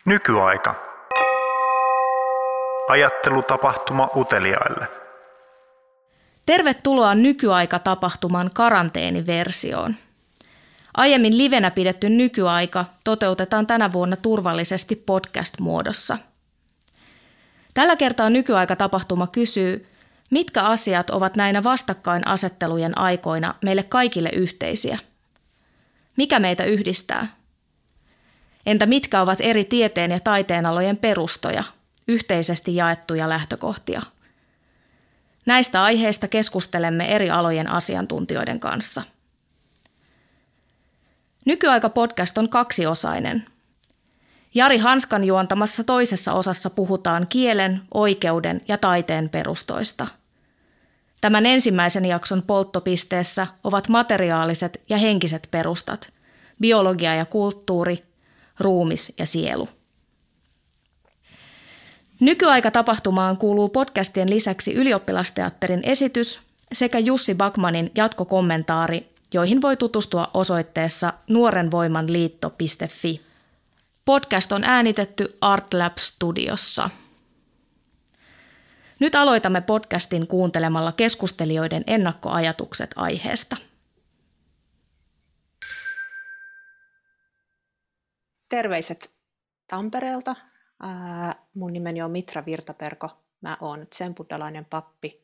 Nykyaika. Ajattelutapahtuma uteliaille. Tervetuloa Nykyaika-tapahtuman karanteeniversioon. Aiemmin livenä pidetty Nykyaika toteutetaan tänä vuonna turvallisesti podcast-muodossa. Tällä kertaa Nykyaika-tapahtuma kysyy, mitkä asiat ovat näinä vastakkainasettelujen aikoina meille kaikille yhteisiä? Mikä meitä yhdistää? Entä mitkä ovat eri tieteen ja taiteenalojen perustoja, yhteisesti jaettuja lähtökohtia? Näistä aiheista keskustelemme eri alojen asiantuntijoiden kanssa. Nykyaika-podcast on kaksiosainen. Jari Hanskan juontamassa toisessa osassa puhutaan kielen, oikeuden ja taiteen perustoista. Tämän ensimmäisen jakson polttopisteessä ovat materiaaliset ja henkiset perustat, biologia ja kulttuuri, ruumis ja sielu. Nykyaika-tapahtumaan kuuluu podcastien lisäksi Ylioppilasteatterin esitys sekä Jussi Backmanin jatkokommentaari, joihin voi tutustua osoitteessa nuorenvoimanliitto.fi. Podcast on äänitetty ArtLab Studiossa. Nyt aloitamme podcastin kuuntelemalla keskustelijoiden ennakkoajatukset aiheesta. Terveiset Tampereelta. Mun nimeni on Mitra Virtaperko. Mä oon zen-buddhalainen pappi.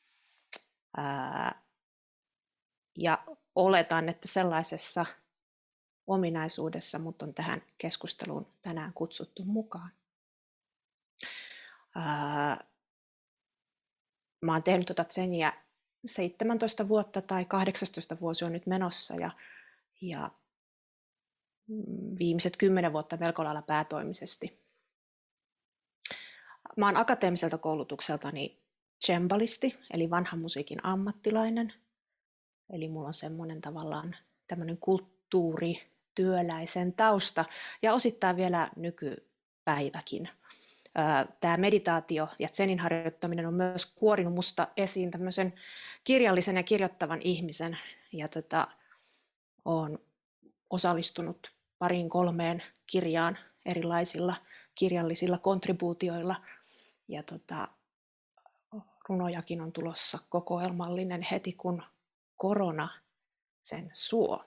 Ja oletan, että sellaisessa ominaisuudessa mut on tähän keskusteluun tänään kutsuttu mukaan. Mä oon tehnyt zeniä 17 vuotta tai 18 vuosi on nyt menossa ja viimeiset 10 vuotta melko lailla päätoimisesti. Mä oon akateemiselta koulutukseltani cembalisti, eli vanhan musiikin ammattilainen. Eli mulla on semmoinen tavallaan tämmöinen kulttuurityöläisen tausta ja osittain vielä nykypäiväkin. Tämä meditaatio ja zenin harjoittaminen on myös kuorinut musta esiin tämmöisen kirjallisen ja kirjoittavan ihmisen. Ja olen osallistunut 2-3 kirjaan erilaisilla kirjallisilla kontribuutioilla. Ja runojakin on tulossa kokoelmallinen heti, kun korona sen suo.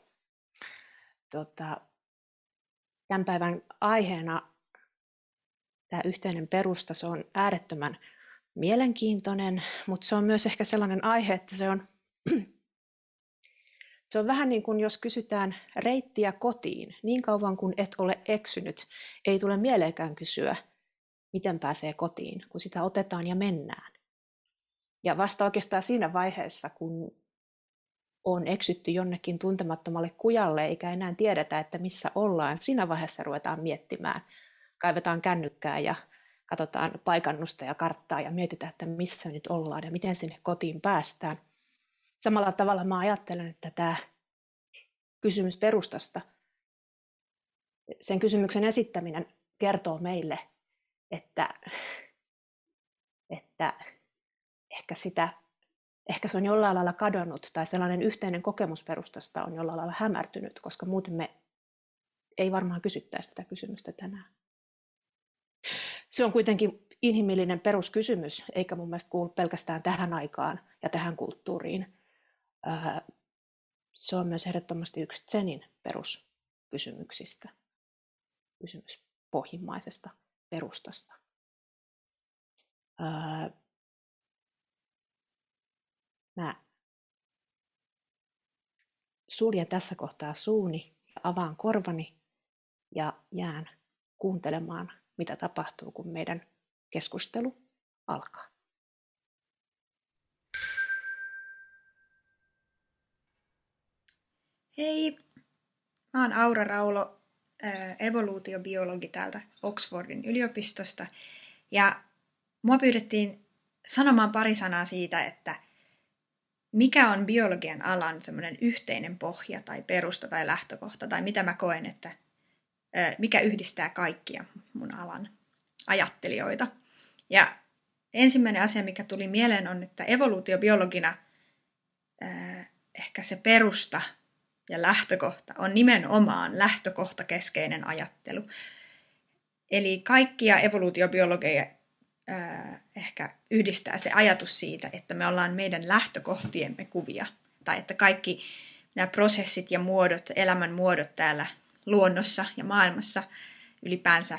Tämän päivän aiheena tämä yhteinen perusta, se on äärettömän mielenkiintoinen, mutta se on myös ehkä sellainen aihe, että se on vähän niin kuin jos kysytään reittiä kotiin. Niin kauan kun et ole eksynyt, ei tule mieleenkään kysyä, miten pääsee kotiin, kun sitä otetaan ja mennään. Ja vasta oikeastaan siinä vaiheessa, kun on eksytty jonnekin tuntemattomalle kujalle, eikä enää tiedetä, että missä ollaan, siinä vaiheessa ruvetaan miettimään. Kaivetaan kännykkää ja katsotaan paikannusta ja karttaa ja mietitään, että missä nyt ollaan ja miten sinne kotiin päästään. Samalla tavalla mä ajattelen, että tämä kysymys perustasta, sen kysymyksen esittäminen kertoo meille, että ehkä se on jollain lailla kadonnut tai sellainen yhteinen kokemus perustasta on jollain lailla hämärtynyt, koska muuten me ei varmaan kysyttäisi tätä kysymystä tänään. Se on kuitenkin inhimillinen peruskysymys, eikä mun mielestä kuulu pelkästään tähän aikaan ja tähän kulttuuriin. Se on myös ehdottomasti yksi zenin peruskysymyksistä, kysymys pohjimmaisesta perustasta. Mä suljen tässä kohtaa suuni, avaan korvani ja jään kuuntelemaan, mitä tapahtuu, kun meidän keskustelu alkaa. Hei, mä oon Aura Raulo, evoluutiobiologi täältä Oxfordin yliopistosta. Ja mua pyydettiin sanomaan pari sanaa siitä, että mikä on biologian alan semmoinen yhteinen pohja tai perusta tai lähtökohta, tai mitä mä koen, että mikä yhdistää kaikkia mun alan ajattelijoita. Ja ensimmäinen asia, mikä tuli mieleen, on, että evoluutiobiologina ehkä se perusta ja lähtökohta on nimenomaan lähtökohtakeskeinen ajattelu. Eli kaikkia evoluutiobiologeja ehkä yhdistää se ajatus siitä, että me ollaan meidän lähtökohtiemme kuvia. Tai että kaikki nämä prosessit ja muodot, elämän muodot täällä luonnossa ja maailmassa ylipäänsä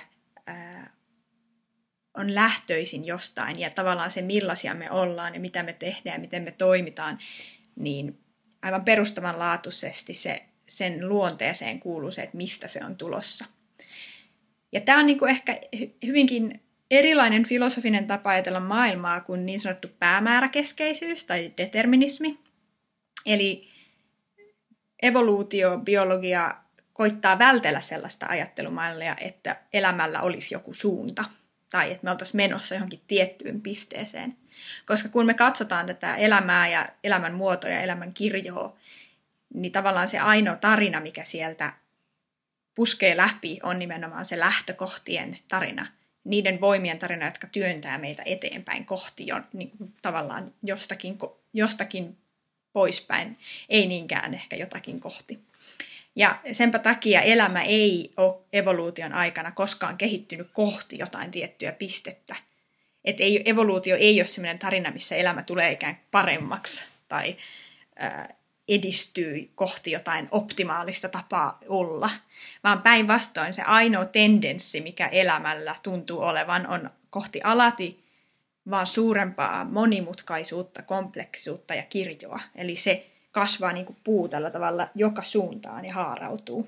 on lähtöisin jostain. Ja tavallaan se, millaisia me ollaan ja mitä me tehdään ja miten me toimitaan, niin aivan perustavanlaatuisesti sen luonteeseen kuuluu se, että mistä se on tulossa. Ja tämä on niinku ehkä hyvinkin erilainen filosofinen tapa ajatella maailmaa kuin niin sanottu päämääräkeskeisyys tai determinismi. Eli evoluutiobiologia koittaa vältellä sellaista ajattelumallia, että elämällä olisi joku suunta tai että me oltaisiin menossa johonkin tiettyyn pisteeseen. Koska kun me katsotaan tätä elämää ja elämän muotoa ja elämän kirjoa, niin tavallaan se ainoa tarina, mikä sieltä puskee läpi, on nimenomaan se lähtökohtien tarina. Niiden voimien tarina, jotka työntää meitä eteenpäin kohti niin tavallaan jostakin poispäin, ei niinkään ehkä jotakin kohti. Ja senpä takia elämä ei ole evoluution aikana koskaan kehittynyt kohti jotain tiettyä pistettä. Että evoluutio ei ole sellainen tarina, missä elämä tulee ikään paremmaksi tai edistyy kohti jotain optimaalista tapaa olla, vaan päinvastoin se ainoa tendenssi, mikä elämällä tuntuu olevan, on kohti alati vaan suurempaa monimutkaisuutta, kompleksisuutta ja kirjoa. Eli se kasvaa niin kuin puu tällä tavalla joka suuntaan ja haarautuu.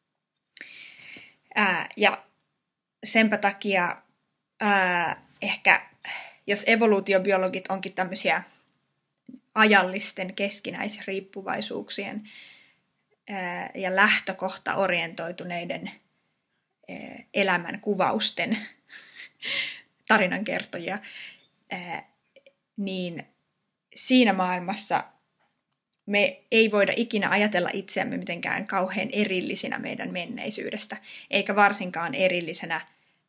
Ja senpä takia ehkä, jos evoluutiobiologit onkin tämmöisiä ajallisten keskinäisriippuvaisuuksien ja lähtökohtaorientoituneiden elämän kuvausten tarinankertojia, niin siinä maailmassa me ei voida ikinä ajatella itseämme mitenkään kauhean erillisinä meidän menneisyydestä, eikä varsinkaan erillisenä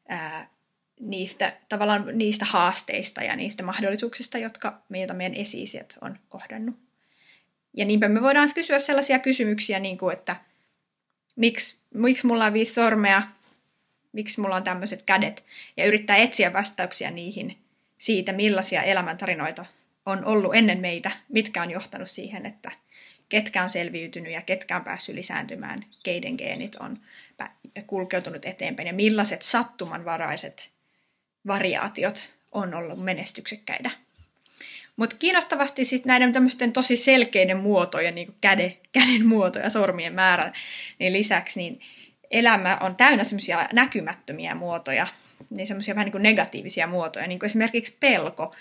niistä haasteista ja niistä mahdollisuuksista, joita meidän esi-isät on kohdannut. Ja niinpä me voidaan kysyä sellaisia kysymyksiä, niin kuin, että miksi mulla on 5 sormea, miksi mulla on tämmöiset kädet, ja yrittää etsiä vastauksia niihin siitä, millaisia elämäntarinoita on ollut ennen meitä, mitkä on johtanut siihen, että ketkä on selviytynyt ja ketkä on päässyt lisääntymään, keiden geenit on kulkeutunut eteenpäin ja millaiset sattumanvaraiset variaatiot on ollut menestyksekkäitä. Mutta kiinnostavasti siis näiden tämmöisten tosi selkeiden muotojen, niin kuin käden muoto ja sormien määrän niin lisäksi, niin elämä on täynnä semmoisia näkymättömiä muotoja, niin semmoisia vähän niin kuin negatiivisia muotoja, niin kuin esimerkiksi pelko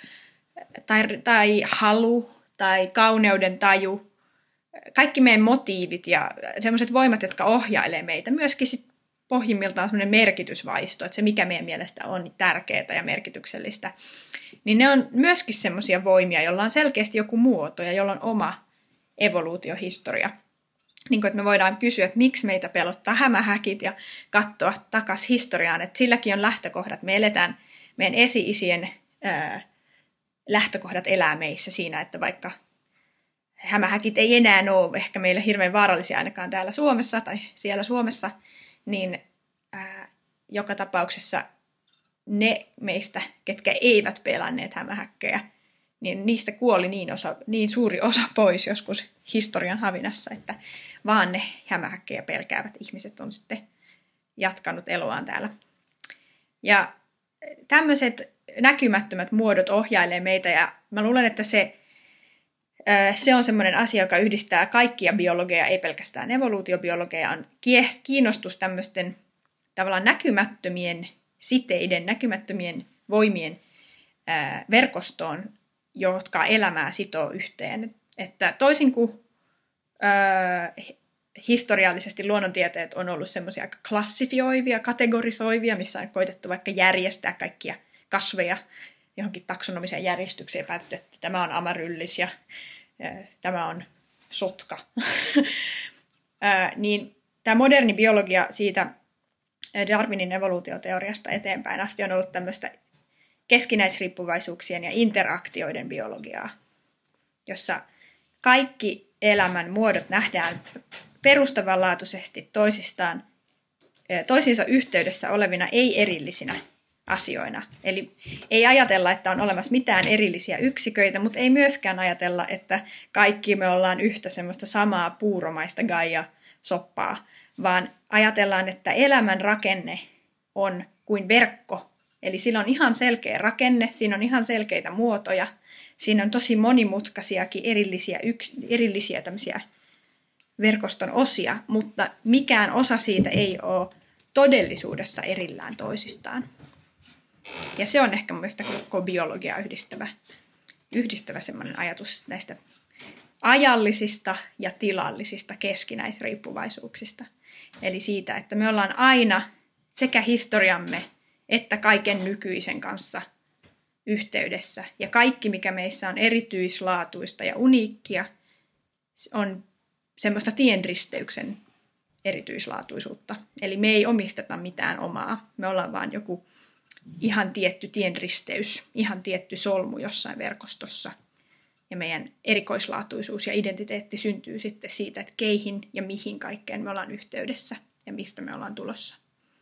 tai halu tai kauneuden taju, kaikki meidän motiivit ja semmoiset voimat, jotka ohjailee meitä, myöskin sit pohjimmiltaan semmoinen merkitysvaisto, että se mikä meidän mielestä on tärkeää ja merkityksellistä, niin ne on myöskin semmoisia voimia, joilla on selkeästi joku muoto ja jolla on oma evoluutiohistoria. Niin kuin, että me voidaan kysyä, että miksi meitä pelottaa hämähäkit ja katsoa takaisin historiaan, että silläkin on lähtökohdat. Me eletään meidän esi-isien lähtökohdat elää meissä siinä, että vaikka hämähäkit ei enää ole ehkä meille hirveän vaarallisia ainakaan täällä Suomessa tai siellä Suomessa, niin joka tapauksessa ne meistä, ketkä eivät pelanneet hämähäkkejä, niin niistä kuoli niin suuri osa pois joskus historian havinassa, että vaan ne hämähäkkejä pelkäävät ihmiset on sitten jatkanut eloaan täällä. Ja tämmöiset näkymättömät muodot ohjailee meitä, ja mä luulen, että se on semmoinen asia, joka yhdistää kaikkia biologeja, ei pelkästään evoluutiobiologeja, on kiinnostus tämmöisten tavallaan näkymättömien siteiden, näkymättömien voimien verkostoon, jotka elämää sitoo yhteen. Että toisin kuin historiallisesti luonnontieteet on ollut semmoisia aika klassifioivia, kategorisoivia, missä on koitettu vaikka järjestää kaikkia kasveja johonkin taksonomiseen järjestykseen ja päätetty, että tämä on amaryllis ja tämä on sotka. Niin tämä moderni biologia siitä Darwinin evoluutioteoriasta eteenpäin asti on ollut tämmöistä keskinäisriippuvaisuuksien ja interaktioiden biologiaa, jossa kaikki elämän muodot nähdään perustavanlaatuisesti toisistaan toisiinsa yhteydessä olevina, ei erillisinä asioina. Eli ei ajatella, että on olemassa mitään erillisiä yksiköitä, mutta ei myöskään ajatella, että kaikki me ollaan yhtä semmoista samaa puuromaista Gaia-soppaa, vaan ajatellaan, että elämän rakenne on kuin verkko. Eli sillä on ihan selkeä rakenne, siinä on ihan selkeitä muotoja, siinä on tosi monimutkaisiakin erillisiä tämmöisiä verkoston osia, mutta mikään osa siitä ei ole todellisuudessa erillään toisistaan. Ja se on ehkä mielestäni koko biologiaa yhdistävä semmoinen ajatus näistä ajallisista ja tilallisista keskinäisriippuvaisuuksista. Eli siitä, että me ollaan aina sekä historiamme että kaiken nykyisen kanssa yhteydessä. Ja kaikki, mikä meissä on erityislaatuista ja uniikkia, on semmoista tienristeyksen erityislaatuisuutta. Eli me ei omisteta mitään omaa. Me ollaan vaan joku ihan tietty tienristeys, ihan tietty solmu jossain verkostossa. Ja meidän erikoislaatuisuus ja identiteetti syntyy sitten siitä, että keihin ja mihin kaikkeen me ollaan yhteydessä ja mistä me ollaan tulossa.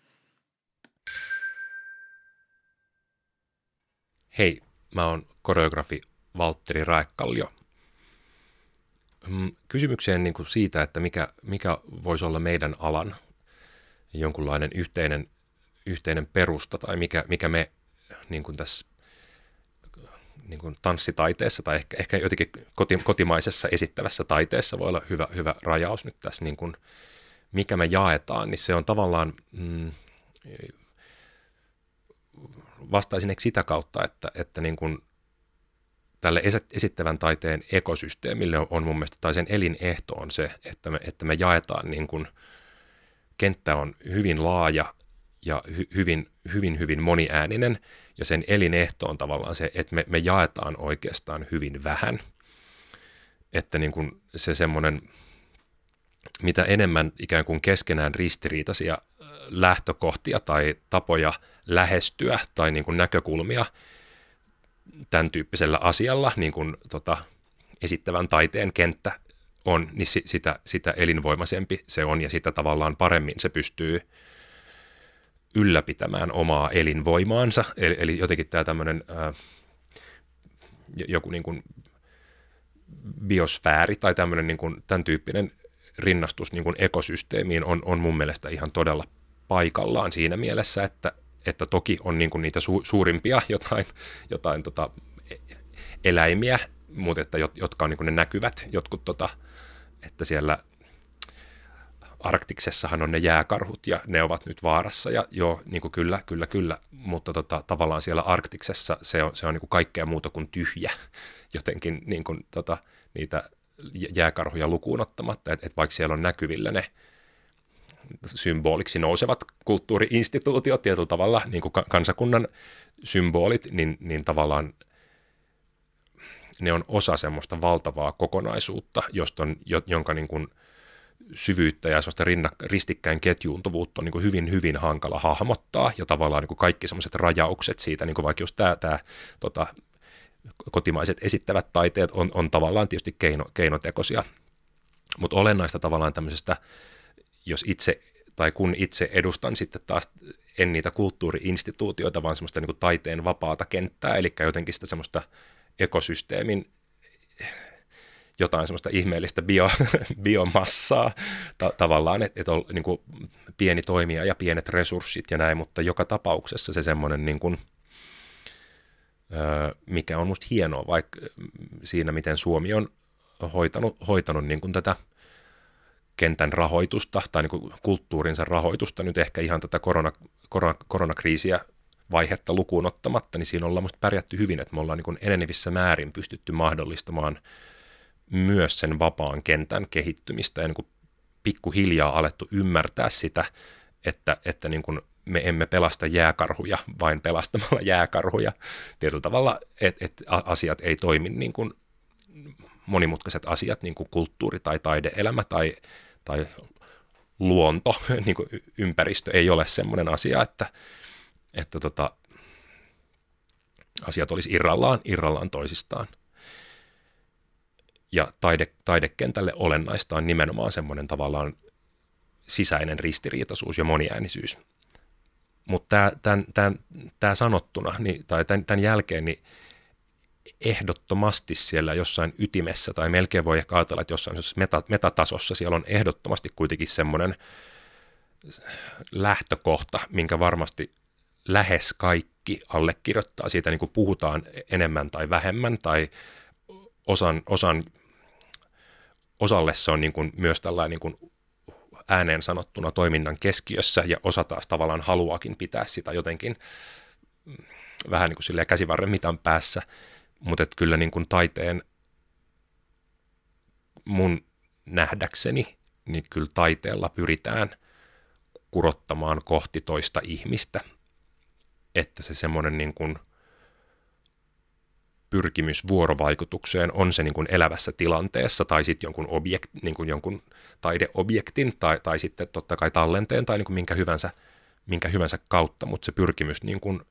Hei, mä oon koreografi Valtteri Raekallio. Kysymykseen niin kuin siitä, että mikä voisi olla meidän alan jonkunlainen yhteinen perusta tai mikä me niin kuin tässä niin kuin tanssitaiteessa tai ehkä jotenkin kotimaisessa esittävässä taiteessa voi olla hyvä rajaus nyt tässä, niin kuin, mikä me jaetaan, niin se on tavallaan, vastaisin sitä kautta, että niin kuin tälle esittävän taiteen ekosysteemille on mun mielestä, tai sen elinehto on se, että me jaetaan, niin kuin, kenttä on hyvin laaja ja hyvin moniääninen, ja sen elinehto on tavallaan se, että me jaetaan oikeastaan hyvin vähän. Että niin kuin se semmoinen, mitä enemmän ikään kuin keskenään ristiriitaisia lähtökohtia tai tapoja lähestyä tai niin kuin näkökulmia tämän tyyppisellä asialla, niin kuin esittävän taiteen kenttä on, niin sitä elinvoimaisempi se on, ja sitä tavallaan paremmin se pystyy ylläpitämään omaa elinvoimaansa. Eli jotenkin tämä tämmöinen joku niin kuin biosfääri tai tämmöinen niin kuin tämän tyyppinen rinnastus niin kuin ekosysteemiin on mun mielestä ihan todella paikallaan siinä mielessä, että toki on niin kuin niitä suurimpia jotain eläimiä, mutta että jotka on niin kuin ne näkyvät, jotkut että siellä Arktiksessahan on ne jääkarhut ja ne ovat nyt vaarassa ja joo, niin kuin kyllä, mutta tavallaan siellä Arktiksessa se on niin kuin kaikkea muuta kuin tyhjä, jotenkin niin kuin, niitä jääkarhuja lukuun ottamatta, että vaikka siellä on näkyvillä ne symboliksi nousevat kulttuuri-instituutiot tietyllä tavalla, niin kuin kansakunnan symbolit, niin tavallaan ne on osa semmoista valtavaa kokonaisuutta, jonka niin kuin syvyyttä ja sellaista ristikkäin ketjuuntuvuutta on niin kuin hyvin hankala hahmottaa, ja tavallaan niin kuin kaikki semmoiset rajaukset siitä, niin kuin vaikka just tämä kotimaiset esittävät taiteet on tavallaan tietysti keinotekoisia, mutta olennaista tavallaan tämmöisestä, jos itse tai kun itse edustan sitten taas en niitä kulttuuri-instituutioita, vaan semmoista niin kuin taiteen vapaata kenttää, eli jotenkin sitä semmoista ekosysteemin jotain semmoista ihmeellistä biomassaa tavallaan, että on niin kuin pieni toimija ja pienet resurssit ja näin, mutta joka tapauksessa se semmoinen, niin kuin, mikä on musta hienoa, vaikka siinä, miten Suomi on hoitanut niin kuin tätä kentän rahoitusta tai niin kuin kulttuurinsa rahoitusta, nyt ehkä ihan tätä koronakriisiä vaihetta lukuun ottamatta, niin siinä ollaan musta pärjätty hyvin, että me ollaan niin kuin enenevissä määrin pystytty mahdollistamaan myös sen vapaan kentän kehittymistä ja niin kuin pikkuhiljaa alettu ymmärtää sitä, että niin kuin me emme pelasta jääkarhuja vain pelastamalla jääkarhuja. Tietyllä tavalla, että asiat ei toimi niin kuin monimutkaiset asiat, niin kuin kulttuuri tai taideelämä tai luonto, niin kuin ympäristö ei ole semmoinen asia, että asiat olisi irrallaan toisistaan. Ja taidekentälle olennaista on nimenomaan semmoinen tavallaan sisäinen ristiriitaisuus ja moniäänisyys. Mutta tämä sanottuna, tai tämän jälkeen, niin ehdottomasti siellä jossain ytimessä, tai melkein voi ehkä ajatella, että jossain metatasossa siellä on ehdottomasti kuitenkin semmoinen lähtökohta, minkä varmasti lähes kaikki allekirjoittaa. Siitä niin kuin puhutaan enemmän tai vähemmän, tai osalle se on niin kuin myös tällainen niin kuin ääneen sanottuna toiminnan keskiössä, ja osa taas tavallaan haluaakin pitää sitä jotenkin vähän niin kuin silleen käsivarren mitan päässä, mutta kyllä niin kuin taiteen mun nähdäkseni, niin kyllä taiteella pyritään kurottamaan kohti toista ihmistä, että se semmoinen niin kuin pyrkimys vuorovaikutukseen on se niin kuin elävässä tilanteessa tai sitten jonkun taideobjektin tai sitten totta kai tallenteen tai niin kuin minkä hyvänsä kautta, mutta se pyrkimys niin kuin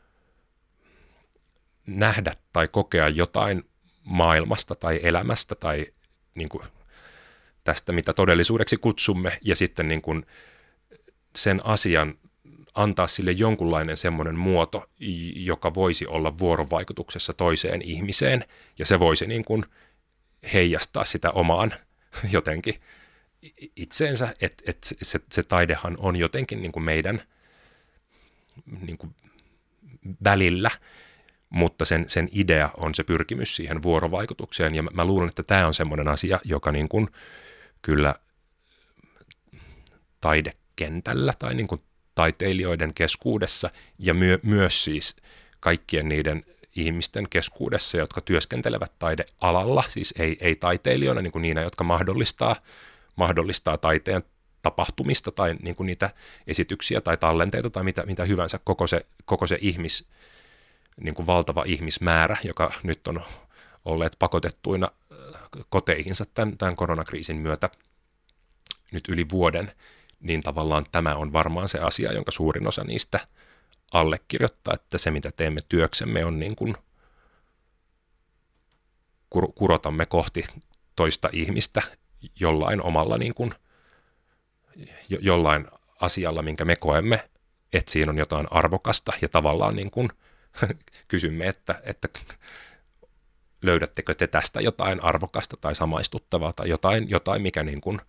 nähdä tai kokea jotain maailmasta tai elämästä tai niin kuin tästä, mitä todellisuudeksi kutsumme, ja sitten niin kuin sen asian antaa sille jonkunlainen semmoinen muoto, joka voisi olla vuorovaikutuksessa toiseen ihmiseen, ja se voisi niin kuin heijastaa sitä omaan jotenkin itseensä, että se taidehan on jotenkin niin kuin meidän niin kuin välillä, mutta sen idea on se pyrkimys siihen vuorovaikutukseen, ja mä luulen, että tämä on semmoinen asia, joka niin kuin kyllä taidekentällä tai niin kuin taiteilijoiden keskuudessa ja myös siis kaikkien niiden ihmisten keskuudessa, jotka työskentelevät taidealalla, siis ei taiteilijoina niin kuin niinä, jotka mahdollistaa taiteen tapahtumista tai niin kuin niitä esityksiä tai tallenteita tai mitä hyvänsä, koko se niin kuin valtava ihmismäärä, joka nyt on olleet pakotettuina koteihinsa tämän koronakriisin myötä nyt yli vuoden, niin tavallaan tämä on varmaan se asia, jonka suurin osa niistä allekirjoittaa, että se mitä teemme työksemme on niin kuin kurotamme kohti toista ihmistä jollain omalla niin kuin, jollain asialla, minkä me koemme, että siinä on jotain arvokasta, ja tavallaan niin kuin kysymme, että löydättekö te tästä jotain arvokasta tai samaistuttavaa tai jotain mikä niin kuin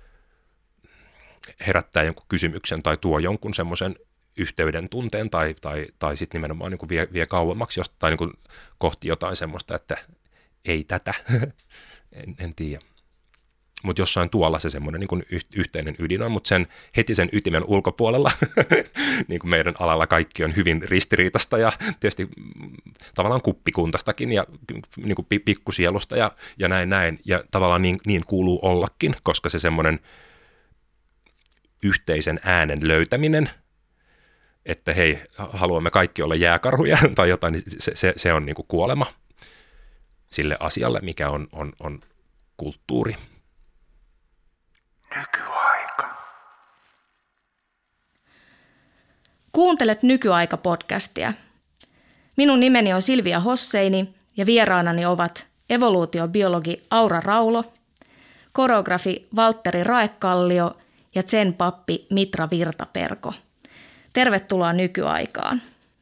herättää jonkun kysymyksen tai tuo jonkun semmoisen yhteyden tunteen tai sitten nimenomaan niin kuin vie kauemmaksi tai niin kuin kohti jotain semmoista, että ei tätä, en tiedä. Mutta jossain tuolla se semmoinen niin kuin yhteinen ydin on, mutta heti sen ytimen ulkopuolella, niin kuin meidän alalla kaikki on hyvin ristiriitasta ja tietysti tavallaan kuppikuntastakin ja niin kuin pikkusielusta ja näin. Ja tavallaan niin kuuluu ollakin, koska se semmoinen yhteisen äänen löytäminen, että hei, haluamme kaikki olla jääkarhuja tai jotain, niin se on niin kuin kuolema sille asialle, mikä on kulttuuri. Nykyaika. Kuuntelet Nykyaika-podcastia. Minun nimeni on Silvia Hosseini ja vieraanani ovat evoluutiobiologi Aura Raulo, koreografi Valtteri Raekallio ja zen-pappi Mitra Virtaperko. Tervetuloa Nykyaikaan.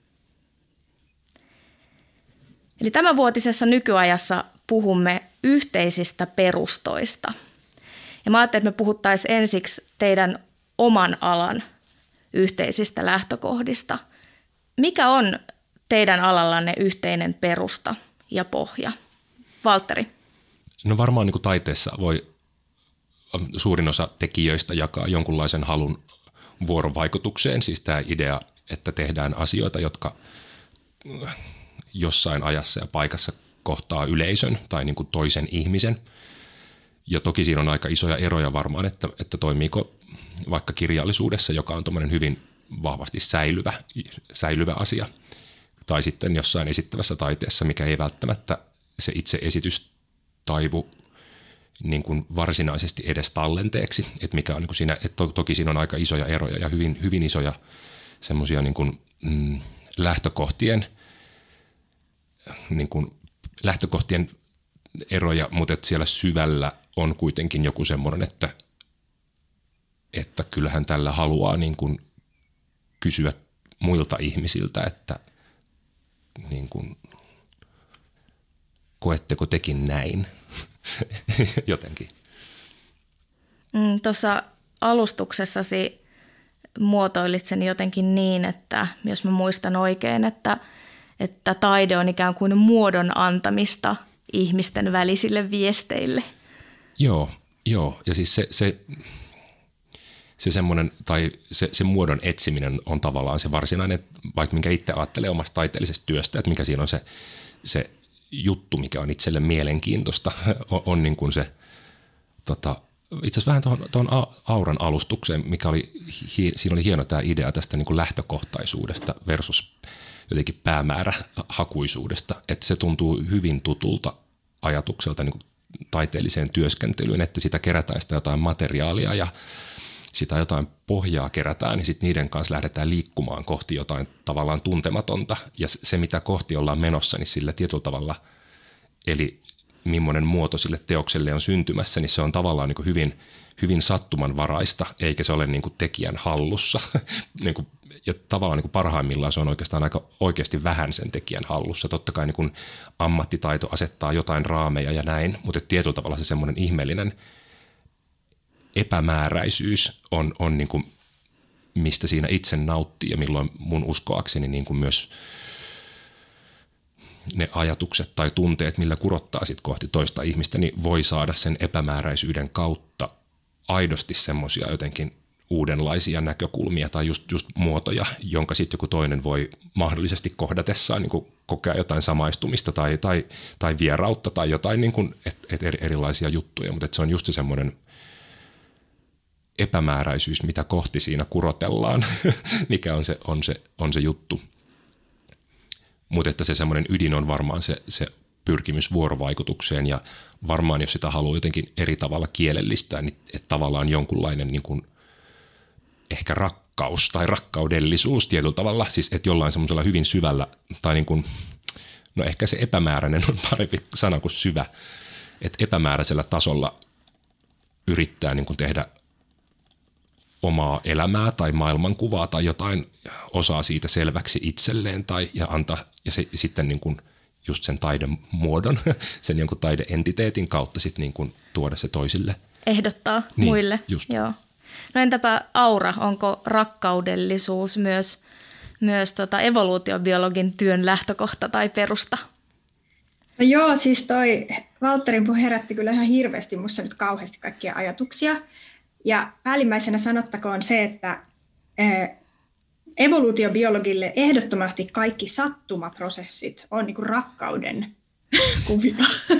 Eli tämänvuotisessa Nykyajassa puhumme yhteisistä perustoista. Ja mä ajattelin, että me puhuttaisiin ensiksi teidän oman alan yhteisistä lähtökohdista. Mikä on teidän alallanne yhteinen perusta ja pohja? Valtteri. No varmaan niin kuin taiteessa voi suurin osa tekijöistä jakaa jonkunlaisen halun vuorovaikutukseen. Siis tämä idea, että tehdään asioita, jotka jossain ajassa ja paikassa kohtaa yleisön tai niin kuin toisen ihmisen. Ja toki siinä on aika isoja eroja varmaan, että toimiiko vaikka kirjallisuudessa, joka on tuommoinen hyvin vahvasti säilyvä asia, tai sitten jossain esittävässä taiteessa, mikä ei välttämättä se itse esitys taivu niin kuin varsinaisesti edes tallenteeksi, että mikä on niin kuin siinä, että toki siinä on aika isoja eroja ja hyvin, hyvin isoja semmoisia niin kuin lähtökohtien eroja, mutta että siellä syvällä on kuitenkin joku semmoinen, että että kyllähän tällä haluaa niin kuin kysyä muilta ihmisiltä, että niin kuin, koetteko tekin näin jotenkin. Tuossa alustuksessasi muotoilit sen jotenkin niin, että jos mä muistan oikein, että taide on ikään kuin muodon antamista ihmisten välisille viesteille. Joo. Ja siis se semmoinen, tai se muodon etsiminen on tavallaan se varsinainen, vaikka minkä itse ajattelee omasta taiteellisesta työstä, että mikä siinä on se juttu, mikä on itselle mielenkiintoista, on niin kuin se, itse asiassa vähän tuohon Auran alustukseen, mikä oli, siinä oli hieno tämä idea tästä niin kuin lähtökohtaisuudesta versus jotenkin päämäärähakuisuudesta, että se tuntuu hyvin tutulta ajatukselta niin kuin taiteelliseen työskentelyyn, että sitä kerätään sitä jotain materiaalia ja sitä jotain pohjaa kerätään, niin sitten niiden kanssa lähdetään liikkumaan kohti jotain tavallaan tuntematonta. Ja se, mitä kohti ollaan menossa, niin sillä tietyllä tavalla, eli millainen muoto sille teokselle on syntymässä, niin se on tavallaan niin kuin hyvin, hyvin sattumanvaraista, eikä se ole niin kuin tekijän hallussa. niin kuin, ja tavallaan niin kuin parhaimmillaan se on oikeastaan aika oikeasti vähän sen tekijän hallussa. Totta kai niin kuin ammattitaito asettaa jotain raameja ja näin, mutta tietyllä tavalla se semmoinen ihmeellinen epämääräisyys on niin kuin, mistä siinä itse nauttii ja milloin mun uskoakseni niin kuin myös ne ajatukset tai tunteet, millä kurottaa sit kohti toista ihmistä, niin voi saada sen epämääräisyyden kautta aidosti semmoisia jotenkin uudenlaisia näkökulmia tai just muotoja, jonka sitten joku toinen voi mahdollisesti kohdatessaan niin kuin kokea jotain samaistumista tai vierautta tai jotain niin kuin, erilaisia juttuja, mutta se on just se semmoinen epämääräisyys, mitä kohti siinä kurotellaan, mikä on se juttu. Mutta että se semmoinen ydin on varmaan se pyrkimys vuorovaikutukseen ja varmaan jos sitä haluaa jotenkin eri tavalla kielellistää, niin että tavallaan jonkunlainen niin kuin ehkä rakkaus tai rakkaudellisuus tietyllä tavalla, siis että jollain semmoisella hyvin syvällä tai niin kuin, no ehkä se epämääräinen on parempi sana kuin syvä, että epämääräisellä tasolla yrittää niin kuin tehdä omaa elämää tai maailmankuvaa tai jotain osaa siitä selväksi itselleen ja se sitten niin kuin just sen taidemuodon, sen jonkun taideentiteetin kautta sitten niin kuin tuoda se toisille. Ehdottaa niin, muille. Just. Joo. No entäpä Aura, onko rakkaudellisuus myös evoluutiobiologin työn lähtökohta tai perusta? No joo, siis toi Valtterin puhe herätti kyllä ihan hirveästi musta nyt kauheasti kaikkia ajatuksia. Ja päällimmäisenä sanottakoon se, että evoluutiobiologille ehdottomasti kaikki sattumaprosessit on niin kuin rakkauden kuvia,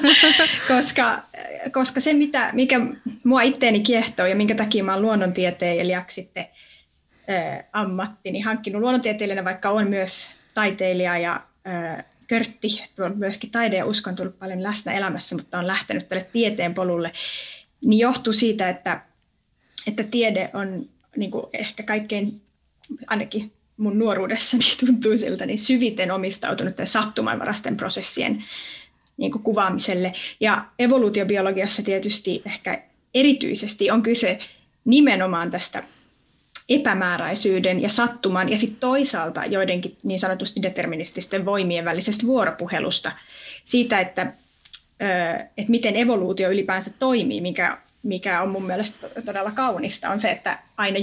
koska se, mikä mua itteeni kiehtoo ja minkä takia mä oon luonnontieteilijäksi sitten ammattini hankkinut luonnontieteilijänä, vaikka on myös taiteilija ja körtti, on myöskin taide ja usko on tullut paljon läsnä elämässä, mutta on lähtenyt tälle tieteen polulle, niin johtuu siitä, että tiede on niin kuin ehkä kaikkein, ainakin mun nuoruudessani tuntuu siltä, niin syviten omistautunut sattumanvaraisten prosessien niin kuin kuvaamiselle. Ja evoluutiobiologiassa tietysti ehkä erityisesti on kyse nimenomaan tästä epämääräisyyden ja sattuman ja sitten toisaalta joidenkin niin sanotusti determinististen voimien välisestä vuoropuhelusta. Siitä, että miten evoluutio ylipäänsä toimii, mikä on mun mielestä todella kaunista, on se, että aina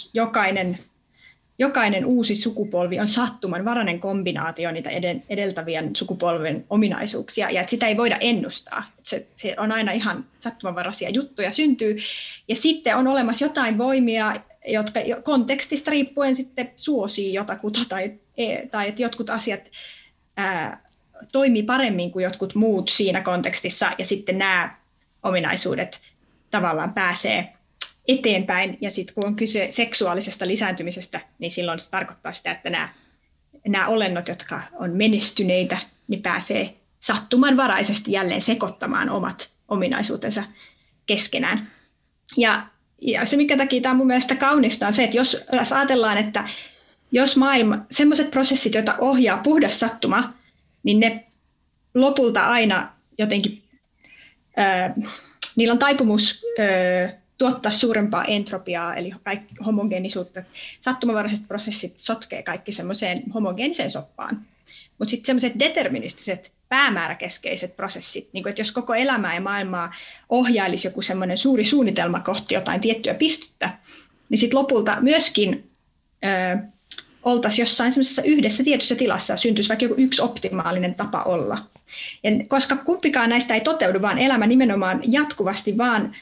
jokainen uusi sukupolvi on sattumanvarainen kombinaatio niitä edeltävien sukupolven ominaisuuksia, ja että sitä ei voida ennustaa. Se on aina ihan sattumanvaraisia juttuja syntyy, ja sitten on olemassa jotain voimia, jotka kontekstista riippuen sitten suosii jotakuta, tai että jotkut asiat toimii paremmin kuin jotkut muut siinä kontekstissa, ja sitten nämä ominaisuudet tavallaan pääsee eteenpäin, ja sitten kun on kyse seksuaalisesta lisääntymisestä, niin silloin se tarkoittaa sitä, että nämä olennot, jotka on menestyneitä, niin pääsee sattumanvaraisesti jälleen sekoittamaan omat ominaisuutensa keskenään. Ja se, minkä takia tämä on mun mielestä kaunista, on se, että jos ajatellaan, että jos sellaiset prosessit, joita ohjaa puhdas sattuma, niin ne lopulta aina jotenkin niillä on taipumus tuottaa suurempaa entropiaa, eli homogeenisuutta. Sattumanvaraiset prosessit sotkee kaikki semmoiseen homogeeniseen soppaan. Mutta sitten semmoiset deterministiset, päämääräkeskeiset prosessit, niin kuin että jos koko elämää ja maailmaa ohjailisi joku semmoinen suuri suunnitelma kohti jotain tiettyä pistettä, niin sitten lopulta myöskin oltaisiin jossain semmoisessa yhdessä tietyssä tilassa, syntyisi vaikka joku yksi optimaalinen tapa olla. Ja koska kumpikaan näistä ei toteudu, vaan elämä nimenomaan jatkuvasti vaan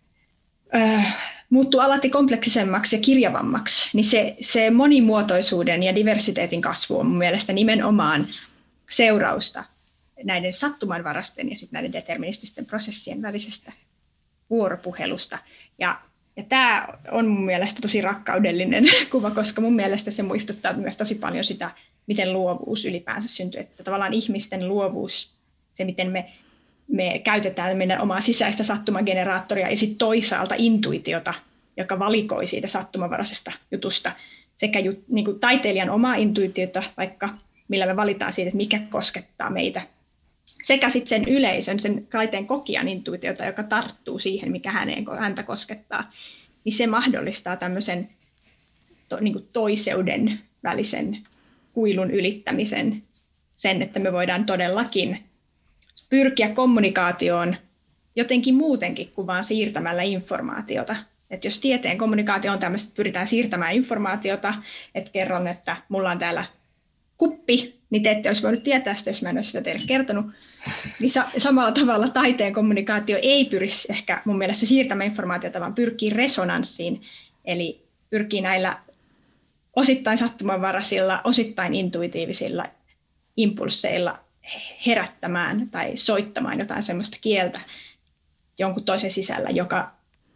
muuttuu alati kompleksisemmaksi ja kirjavammaksi, niin se monimuotoisuuden ja diversiteetin kasvu on mun mielestä nimenomaan seurausta näiden sattumanvaraisten ja sitten näiden determinististen prosessien välisestä vuoropuhelusta. Ja tämä on mun mielestä tosi rakkaudellinen kuva, koska mun mielestä se muistuttaa myös tosi paljon sitä, miten luovuus ylipäänsä syntyy. Että tavallaan ihmisten luovuus, se miten me käytetään meidän omaa sisäistä sattumageneraattoria ja sitten toisaalta intuitiota, joka valikoi siitä sattumanvaraisesta jutusta, sekä niin kuin taiteilijan omaa intuitiota, vaikka millä me valitaan siitä, että mikä koskettaa meitä, sekä sitten sen yleisön, sen taiteen kokijan intuitiota, joka tarttuu siihen, mikä häntä koskettaa, niin se mahdollistaa tämmöisen niin kuin toiseuden välisen kuilun ylittämisen, sen, että me voidaan todellakin pyrkiä kommunikaatioon jotenkin muutenkin kuin vaan siirtämällä informaatiota. Että jos tieteen kommunikaatio on tämmöistä, että pyritään siirtämään informaatiota, että kerron, että mulla on täällä kuppi, niin te ette olisi voinut tietää sitä, jos mä en olisi sitä teille kertonut. Niin samalla tavalla taiteen kommunikaatio ei pyri ehkä mun mielestä siirtämään informaatiota, vaan pyrkii resonanssiin, eli pyrkii näillä osittain sattumanvaraisilla, osittain intuitiivisilla impulseilla herättämään tai soittamaan jotain sellaista kieltä jonkun toisen sisällä, joka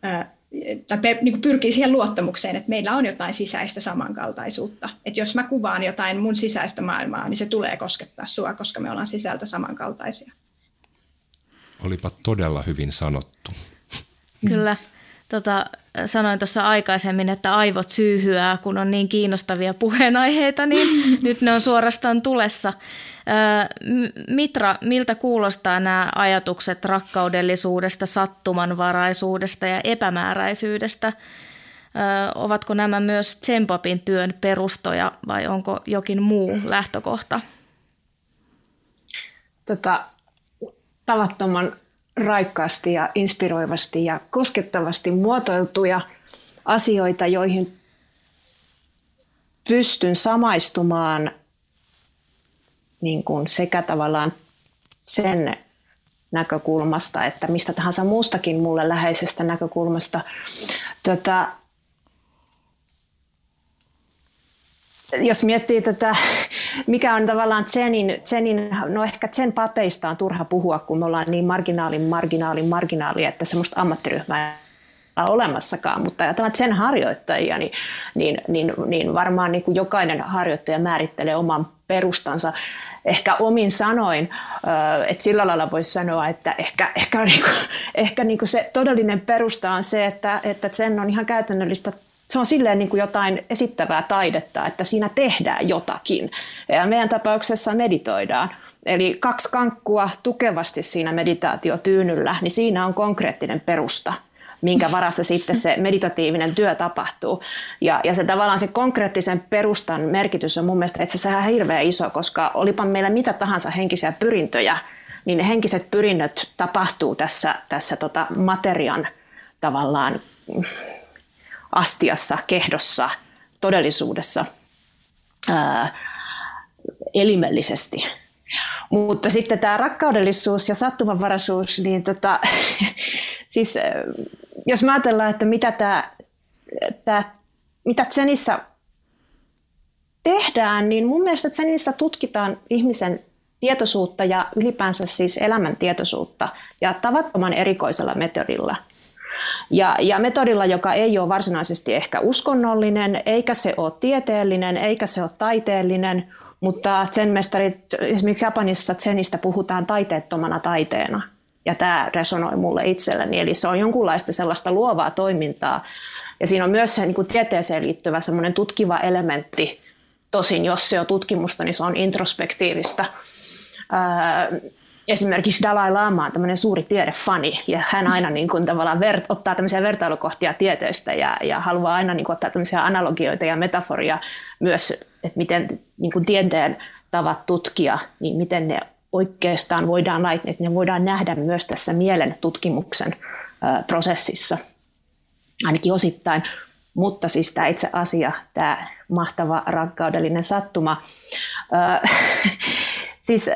niin pyrkii siihen luottamukseen, että meillä on jotain sisäistä samankaltaisuutta. Että jos mä kuvaan jotain mun sisäistä maailmaa, niin se tulee koskettaa sua, koska me ollaan sisältä samankaltaisia. Olipa todella hyvin sanottu. Kyllä. Sanoin tuossa aikaisemmin, että aivot syyhyää, kun on niin kiinnostavia puheenaiheita, niin nyt ne on suorastaan tulessa. Mitra, miltä kuulostaa nämä ajatukset rakkaudellisuudesta, sattumanvaraisuudesta ja epämääräisyydestä? Ovatko nämä myös Zen-popin työn perustoja vai onko jokin muu lähtökohta? Tavattoman raikkaasti ja inspiroivasti ja koskettavasti muotoiltuja asioita, joihin pystyn samaistumaan niin kuin sekä tavallaan sen näkökulmasta, että mistä tahansa muustakin mulle läheisestä näkökulmasta. Jos miettii mikä on tavallaan Zenin, no ehkä Zen-papeista on turha puhua, kun me ollaan niin marginaali, että semmoista ammattiryhmää ei ole olemassakaan, mutta ajatellaan Zen-harjoittajia, niin varmaan niin kuin jokainen harjoittaja määrittelee oman perustansa. Ehkä omin sanoin, että sillä lailla voisi sanoa, että ehkä niin kuin se todellinen perusta on se, että Zen on ihan käytännöllistä. Se on silleen niin kuin jotain esittävää taidetta, että siinä tehdään jotakin. Ja meidän tapauksessa meditoidaan. Eli 2 kankkua tukevasti siinä meditaatiotyynyllä, niin siinä on konkreettinen perusta, minkä varassa sitten se meditatiivinen työ tapahtuu. Ja se tavallaan se konkreettisen perustan merkitys on mun mielestä itse asiassa hirveän iso, koska olipa meillä mitä tahansa henkisiä pyrintöjä, niin ne henkiset pyrinnöt tapahtuu tässä materian tavallaan astiassa, kehdossa, todellisuudessa, elimellisesti. Mutta sitten tämä rakkaudellisuus ja sattumanvaraisuus, niin siis jos mä ajatellaan, että mitä Zenissä tehdään, niin mun mielestä Zenissä tutkitaan ihmisen tietoisuutta ja ylipäänsä siis elämän tietoisuutta ja tavattoman erikoisella metodilla. Ja metodilla, joka ei ole varsinaisesti ehkä uskonnollinen, eikä se ole tieteellinen, eikä se ole taiteellinen, mutta Zen-mestarit, esimerkiksi Japanissa Zenistä puhutaan taiteettomana taiteena. Ja tämä resonoi mulle itselleni, eli se on jonkunlaista sellaista luovaa toimintaa. Ja siinä on myös se niin kuin tieteeseen liittyvä semmoinen tutkiva elementti. Tosin jos se on tutkimusta, niin se on introspektiivista. esimerkiksi Dalai Lama on tämmöinen suuri tiedefani, ja hän aina niin kuin tavallaan ottaa tämmöisiä vertailukohtia tieteestä ja haluaa aina niin kuin ottaa tämmöisiä analogioita ja metaforia myös, että miten niin kuin tieteen tavat tutkia, niin miten ne oikeastaan että ne voidaan nähdä myös tässä mielen tutkimuksen prosessissa, ainakin osittain. Mutta siis tämä itse asia, tämä mahtava rakkaudellinen sattuma, siis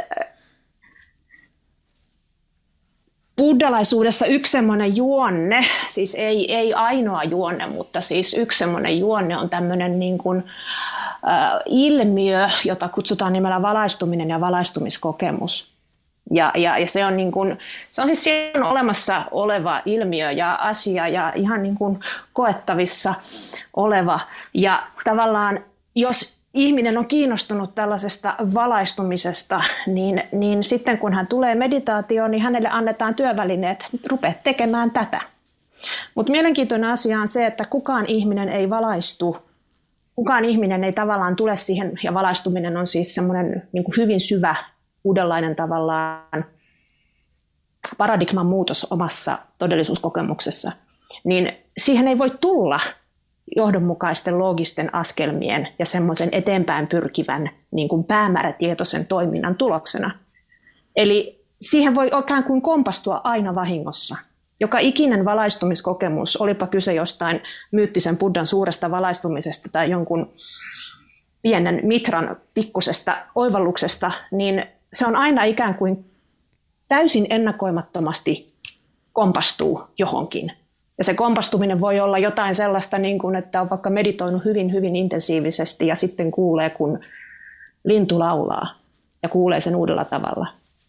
buddhalaisuudessa yksi semmoinen juonne, siis ei ainoa juonne, mutta siis yksi semmoinen juonne on tämmöinen niin kuin, ilmiö, jota kutsutaan nimellä valaistuminen ja valaistumiskokemus. Ja se on, niin kuin, se on siis siellä olemassa oleva ilmiö ja asia ja ihan niin kuin koettavissa oleva. Ja tavallaan jos ihminen on kiinnostunut tällaisesta valaistumisesta, niin sitten kun hän tulee meditaatioon, niin hänelle annetaan työvälineet, rupea tekemään tätä. Mutta mielenkiintoinen asia on se, että kukaan ihminen ei valaistu, kukaan ihminen ei tavallaan tule siihen, ja valaistuminen on siis semmoinen niin kuin hyvin syvä, uudenlainen tavallaan paradigman muutos omassa todellisuuskokemuksessa, niin siihen ei voi tulla johdonmukaisten loogisten askelmien ja semmoisen eteenpäin pyrkivän niin kuin päämäärätietoisen toiminnan tuloksena. Eli siihen voi ikään kuin kompastua aina vahingossa. Joka ikinen valaistumiskokemus, olipa kyse jostain myyttisen Buddhan suuresta valaistumisesta tai jonkun pienen mitran pikkusesta oivalluksesta, niin se on aina ikään kuin täysin ennakoimattomasti kompastuu johonkin. Ja se kompastuminen voi olla jotain sellaista, niin kuin, että on vaikka meditoinut hyvin, hyvin intensiivisesti ja sitten kuulee, kun lintu laulaa ja kuulee sen uudella tavalla.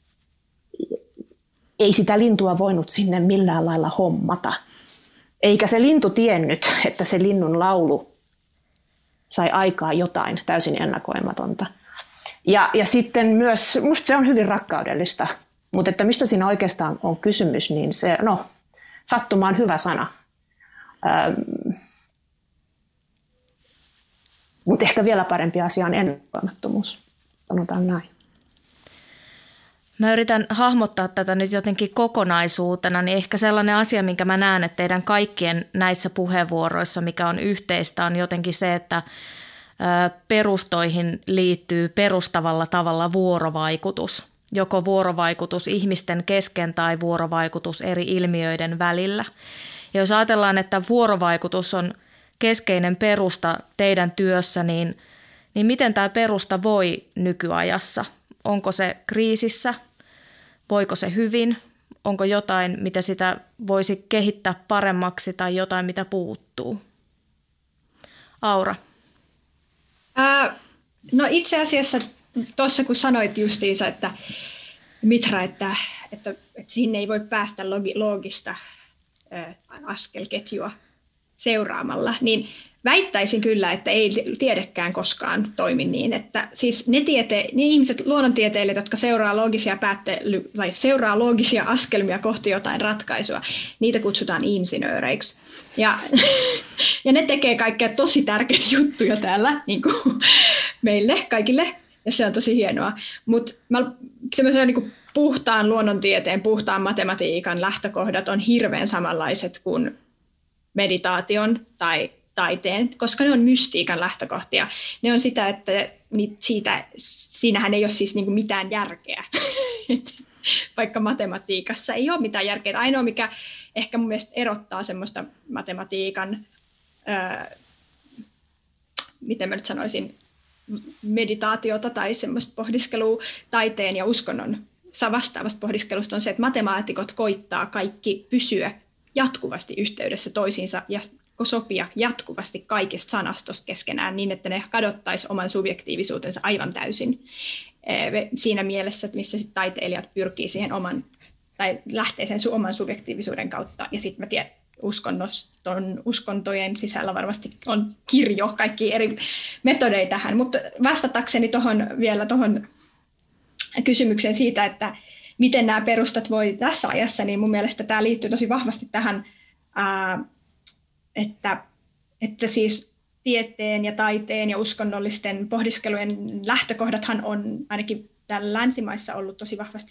Ei sitä lintua voinut sinne millään lailla hommata. Eikä se lintu tiennyt, että se linnun laulu sai aikaa jotain täysin ennakoimatonta. Ja sitten myös, musta se on hyvin rakkaudellista, mutta että mistä siinä oikeastaan on kysymys, niin se, sattuma on hyvä sana. Mutta ehkä vielä parempi asia on ennakoimattomuus, sanotaan näin. Mä yritän hahmottaa tätä nyt jotenkin kokonaisuutena, niin ehkä sellainen asia, minkä mä näen, että teidän kaikkien näissä puheenvuoroissa, mikä on yhteistä, on jotenkin se, että perustoihin liittyy perustavalla tavalla vuorovaikutus. Joko vuorovaikutus ihmisten kesken tai vuorovaikutus eri ilmiöiden välillä. Ja jos ajatellaan, että vuorovaikutus on keskeinen perusta teidän työssä, niin miten tämä perusta voi nykyajassa? Onko se kriisissä? Voiko se hyvin? Onko jotain, mitä sitä voisi kehittää paremmaksi tai jotain, mitä puuttuu? Aura. No itse asiassa tuossa kun sanoit justiinsa, että Mitra, että sinne ei voi päästä loogista askelketjua seuraamalla, niin väittäisin kyllä, että ei tiedekään koskaan toimi niin, että siis ne ihmiset luonnontieteilijät, jotka seuraa loogisia askelmia kohti jotain ratkaisua, niitä kutsutaan insinööreiksi. Ja ne tekee kaikkea tosi tärkeitä juttuja täällä niin kuin meille kaikille, ja se on tosi hienoa. Mutta semmoisella niin kuin puhtaan luonnontieteen, puhtaan matematiikan lähtökohdat on hirveän samanlaiset kuin meditaation tai taiteen, koska ne on mystiikan lähtökohtia. Ne on sitä, että siinähän ei ole siis niinku mitään järkeä. Vaikka matematiikassa ei ole mitään järkeä. Ainoa, mikä ehkä mun mielestä erottaa semmoista matematiikan, miten mä nyt sanoisin, meditaatiota tai semmoista pohdiskelua taiteen ja uskonnon vastaavasta pohdiskelusta on se, että matemaatikot koittaa kaikki pysyä jatkuvasti yhteydessä toisiinsa ja sopia jatkuvasti kaikesta sanastosta keskenään niin, että ne kadottaisi oman subjektiivisuutensa aivan täysin. Siinä mielessä, että missä sit taiteilijat pyrkii siihen tai lähtee sen oman subjektiivisuuden kautta. Ja sitten mä tiedän, uskontojen sisällä varmasti on kirjo, kaikki eri metodeja tähän. Mutta vastatakseni vielä tuohon kysymykseen siitä, että miten nämä perustat voi tässä ajassa, niin mun mielestä tämä liittyy tosi vahvasti tähän, että siis tieteen ja taiteen ja uskonnollisten pohdiskelujen lähtökohdathan on ainakin täällä länsimaissa ollut tosi vahvasti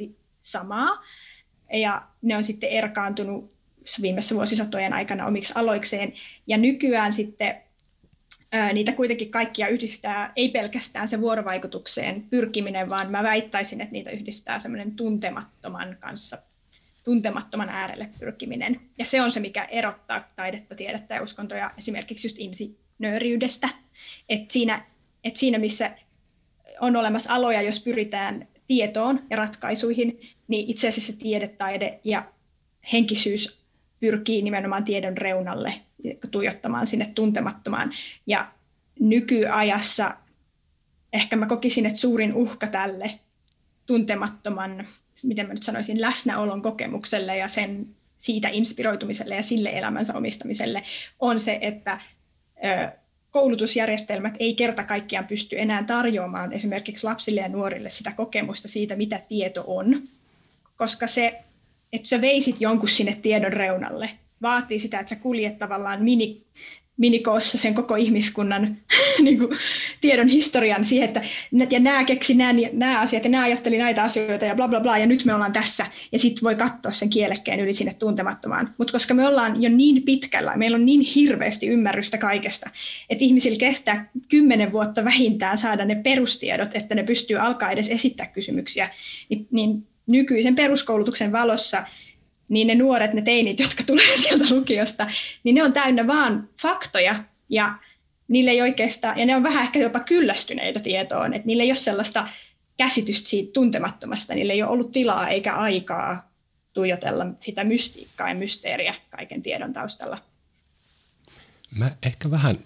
samaa. Ja ne on sitten erkaantunut viimeisessä vuosisatojen aikana omiksi aloikseen. Ja nykyään sitten niitä kuitenkin kaikkia yhdistää ei pelkästään se vuorovaikutukseen pyrkiminen, vaan mä väittäisin, että niitä yhdistää semmoinen tuntemattoman äärelle pyrkiminen. Ja se on se, mikä erottaa taidetta, tiedettä ja uskontoja esimerkiksi just insinööriydestä. Että siinä, missä on olemassa aloja, jos pyritään tietoon ja ratkaisuihin, niin itse asiassa tiede, taide ja henkisyys pyrkii nimenomaan tiedon reunalle tuijottamaan sinne tuntemattomaan. Ja nykyajassa ehkä mä kokisin, että suurin uhka tälle tuntemattoman, miten mä nyt sanoisin, läsnäolon kokemukselle ja siitä inspiroitumiselle ja sille elämänsä omistamiselle on se, että koulutusjärjestelmät ei kerta kaikkiaan pysty enää tarjoamaan esimerkiksi lapsille ja nuorille sitä kokemusta siitä, mitä tieto on, koska se, että sä veisit jonkun sinne tiedon reunalle, vaatii sitä, että sä kuljet tavallaan minikoossa sen koko ihmiskunnan niin kuin, tiedon historian siihen, että ja nämä keksi nämä asiat ja nämä ajatteli näitä asioita ja bla bla bla ja nyt me ollaan tässä ja sitten voi katsoa sen kielekkeen yli sinne tuntemattomaan. Mutta koska me ollaan jo niin pitkällä, meillä on niin hirveästi ymmärrystä kaikesta, että ihmisillä kestää 10 vuotta vähintään saada ne perustiedot, että ne pystyy alkaa edes esittää kysymyksiä, niin nykyisen peruskoulutuksen valossa niin ne nuoret, ne teinit, jotka tulee sieltä lukiosta, niin ne on täynnä vaan faktoja ja niille ei oikeastaan, ja ne on vähän ehkä jopa kyllästyneitä tietoon, että niillä ei ole sellaista käsitystä siitä tuntemattomasta, niillä ei ole ollut tilaa eikä aikaa tuijotella sitä mystiikkaa ja mysteeriä kaiken tiedon taustalla. Mä ehkä vähän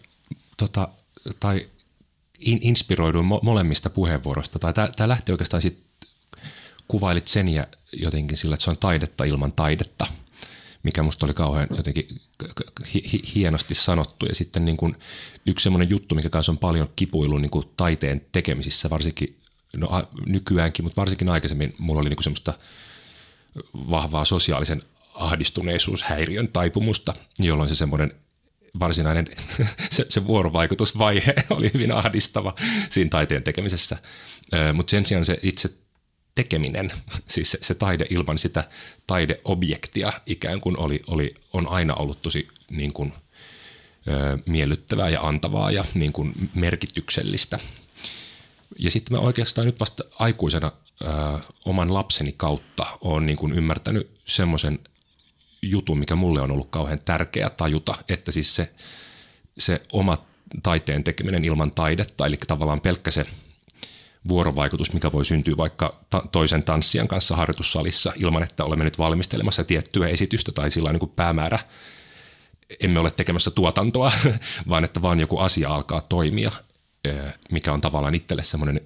inspiroiduin molemmista puheenvuoroista, tai tämä lähti oikeastaan siitä, kuvailit sen ja jotenkin sillä, että se on taidetta ilman taidetta, mikä musta oli kauhean jotenkin hienosti sanottu. Ja sitten niin kuin yksi semmoinen juttu, mikä kanssa on paljon kipuillut niin kuin taiteen tekemisissä, varsinkin nykyäänkin, mutta varsinkin aikaisemmin mulla oli niin kuin semmoista vahvaa sosiaalisen ahdistuneisuushäiriön taipumusta, jolloin se semmoinen varsinainen se vuorovaikutusvaihe oli hyvin ahdistava siinä taiteen tekemisessä. Mutta sen sijaan se itse tekeminen, siis se taide ilman sitä taideobjektia ikään kuin on aina ollut tosi niin kuin, miellyttävää ja antavaa ja niin kuin merkityksellistä. Ja sitten mä oikeastaan nyt vasta aikuisena oman lapseni kautta olen niin kuin ymmärtänyt semmoisen jutun, mikä mulle on ollut kauhean tärkeä tajuta, että siis se oma taiteen tekeminen ilman taidetta, eli tavallaan pelkkä se vuorovaikutus, mikä voi syntyä vaikka toisen tanssijan kanssa harjoitussalissa ilman, että olemme nyt valmistelemassa tiettyä esitystä tai sillä niin kuin päämäärä. Emme ole tekemässä tuotantoa, vaan että vaan joku asia alkaa toimia, mikä on tavallaan itselle semmoinen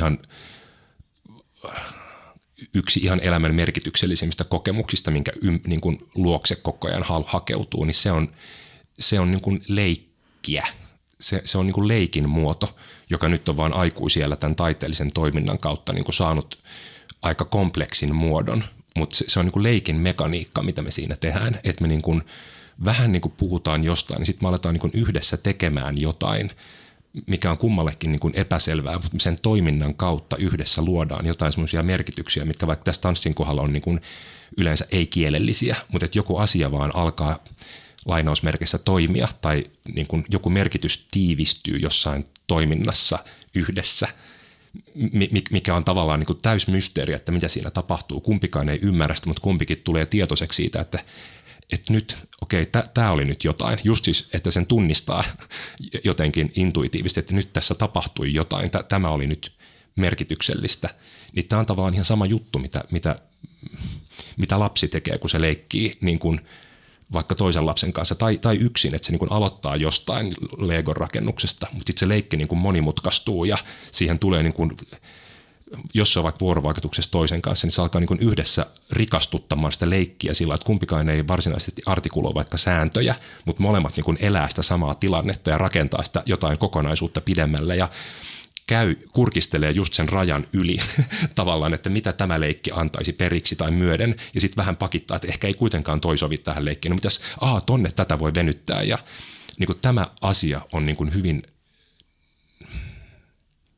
yksi ihan elämän merkityksellisimmistä kokemuksista, minkä niin kuin luokse koko ajan hakeutuu, niin se on niin kuin leikkiä. Se on niin kuin leikin muoto, joka nyt on vaan aikuisiellä tämän taiteellisen toiminnan kautta niin kuin saanut aika kompleksin muodon, mutta se on niin kuin leikin mekaniikka, mitä me siinä tehdään, että me niin kuin vähän niin kuin puhutaan jostain, niin sitten me aletaan niin kuin yhdessä tekemään jotain, mikä on kummallekin niin kuin epäselvää, mutta sen toiminnan kautta yhdessä luodaan jotain semmoisia merkityksiä, mitkä vaikka tässä tanssin kohdalla on niin kuin yleensä ei-kielellisiä, mutta että joku asia vaan alkaa lainausmerkissä toimia tai niin kuin joku merkitys tiivistyy jossain toiminnassa yhdessä, mikä on tavallaan niin kuin täysmysteeri, että mitä siinä tapahtuu. Kumpikaan ei ymmärrä sitä, mutta kumpikin tulee tietoiseksi siitä, että nyt, okei, tämä oli nyt jotain. Just siis, että sen tunnistaa jotenkin intuitiivisesti, että nyt tässä tapahtui jotain, tämä oli nyt merkityksellistä. Niin tämä on tavallaan ihan sama juttu, mitä lapsi tekee, kun se leikkii niin kuin vaikka toisen lapsen kanssa tai yksin, että se niin kuin aloittaa jostain Legon rakennuksesta, mutta sitten se leikki niin kuin monimutkaistuu ja siihen tulee, niin kuin, jos se on vaikka vuorovaikutuksessa toisen kanssa, niin se alkaa niin kuin yhdessä rikastuttamaan sitä leikkiä sillä, että kumpikaan ei varsinaisesti artikuloi vaikka sääntöjä, mutta molemmat niin kuin elää sitä samaa tilannetta ja rakentaa sitä jotain kokonaisuutta pidemmälle ja kurkistelee just sen rajan yli tavallaan, että mitä tämä leikki antaisi periksi tai myöden, ja sitten vähän pakittaa, että ehkä ei kuitenkaan toi sovi tähän leikkiin. No mitäs, tonne tätä voi venyttää, ja niin kuin tämä asia on niin kuin hyvin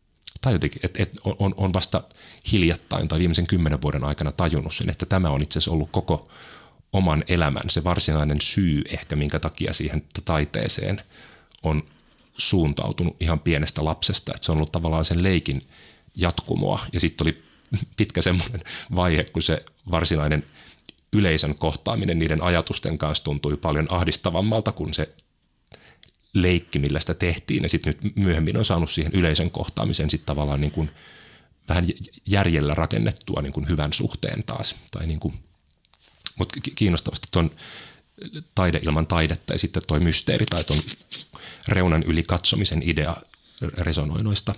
tai jotenkin, että on vasta hiljattain tai viimeisen 10 vuoden aikana tajunnut sen, että tämä on itse asiassa ollut koko oman elämän se varsinainen syy ehkä, minkä takia siihen taiteeseen on suuntautunut ihan pienestä lapsesta, että se on ollut tavallaan sen leikin jatkumoa ja sitten oli pitkä semmoinen vaihe, kun se varsinainen yleisön kohtaaminen niiden ajatusten kanssa tuntui paljon ahdistavammalta kuin se leikki, millä sitä tehtiin. Ja sitten nyt myöhemmin on saanut siihen yleisön kohtaamiseen sitten tavallaan niin kuin vähän järjellä rakennettua niin kuin hyvän suhteen taas. Tai niin kuin, mutta kiinnostavasti tuon taide ilman taidetta ja sitten tuo mysteeri tai tuon reunan yli katsomisen idea resonoi noista.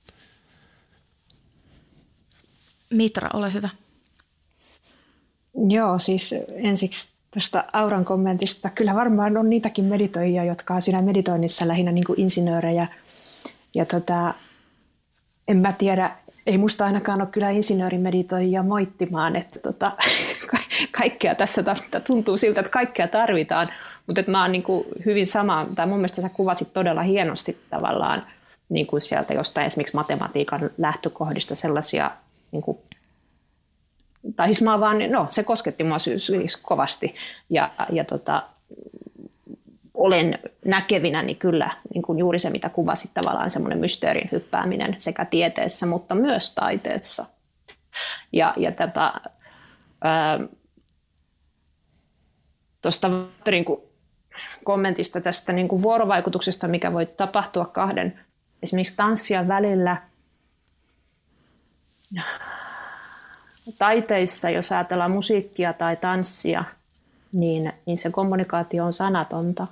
Mitra, ole hyvä. Joo, siis ensiksi tästä Auran kommentista. Kyllä varmaan on niitäkin meditoijia, jotka on siinä meditoinnissa lähinnä niin kuin insinöörejä. Ja en mä tiedä, ei musta ainakaan ole kyllä insinöörimeditoijia moittimaan, että kaikkea tässä tuntuu siltä, että kaikkea tarvitaan. Mutta mä oon niin kuin hyvin sama, tai mun mielestä sä kuvasit todella hienosti tavallaan niin kuin sieltä jostain esimerkiksi matematiikan lähtökohdista sellaisia niin kuin tai siis mä vaan, se kosketti mua siis kovasti ja olen näkevinäni kyllä niin kuin juuri se, mitä kuvasit, tavallaan semmoinen mysteerin hyppääminen sekä tieteessä, mutta myös taiteessa. Tuosta kommentista tästä niin kuin vuorovaikutuksesta, mikä voi tapahtua kahden esimerkiksi tanssijan välillä. Taiteissa, jos ajatellaan musiikkia tai tanssia, niin se kommunikaatio on sanatonta.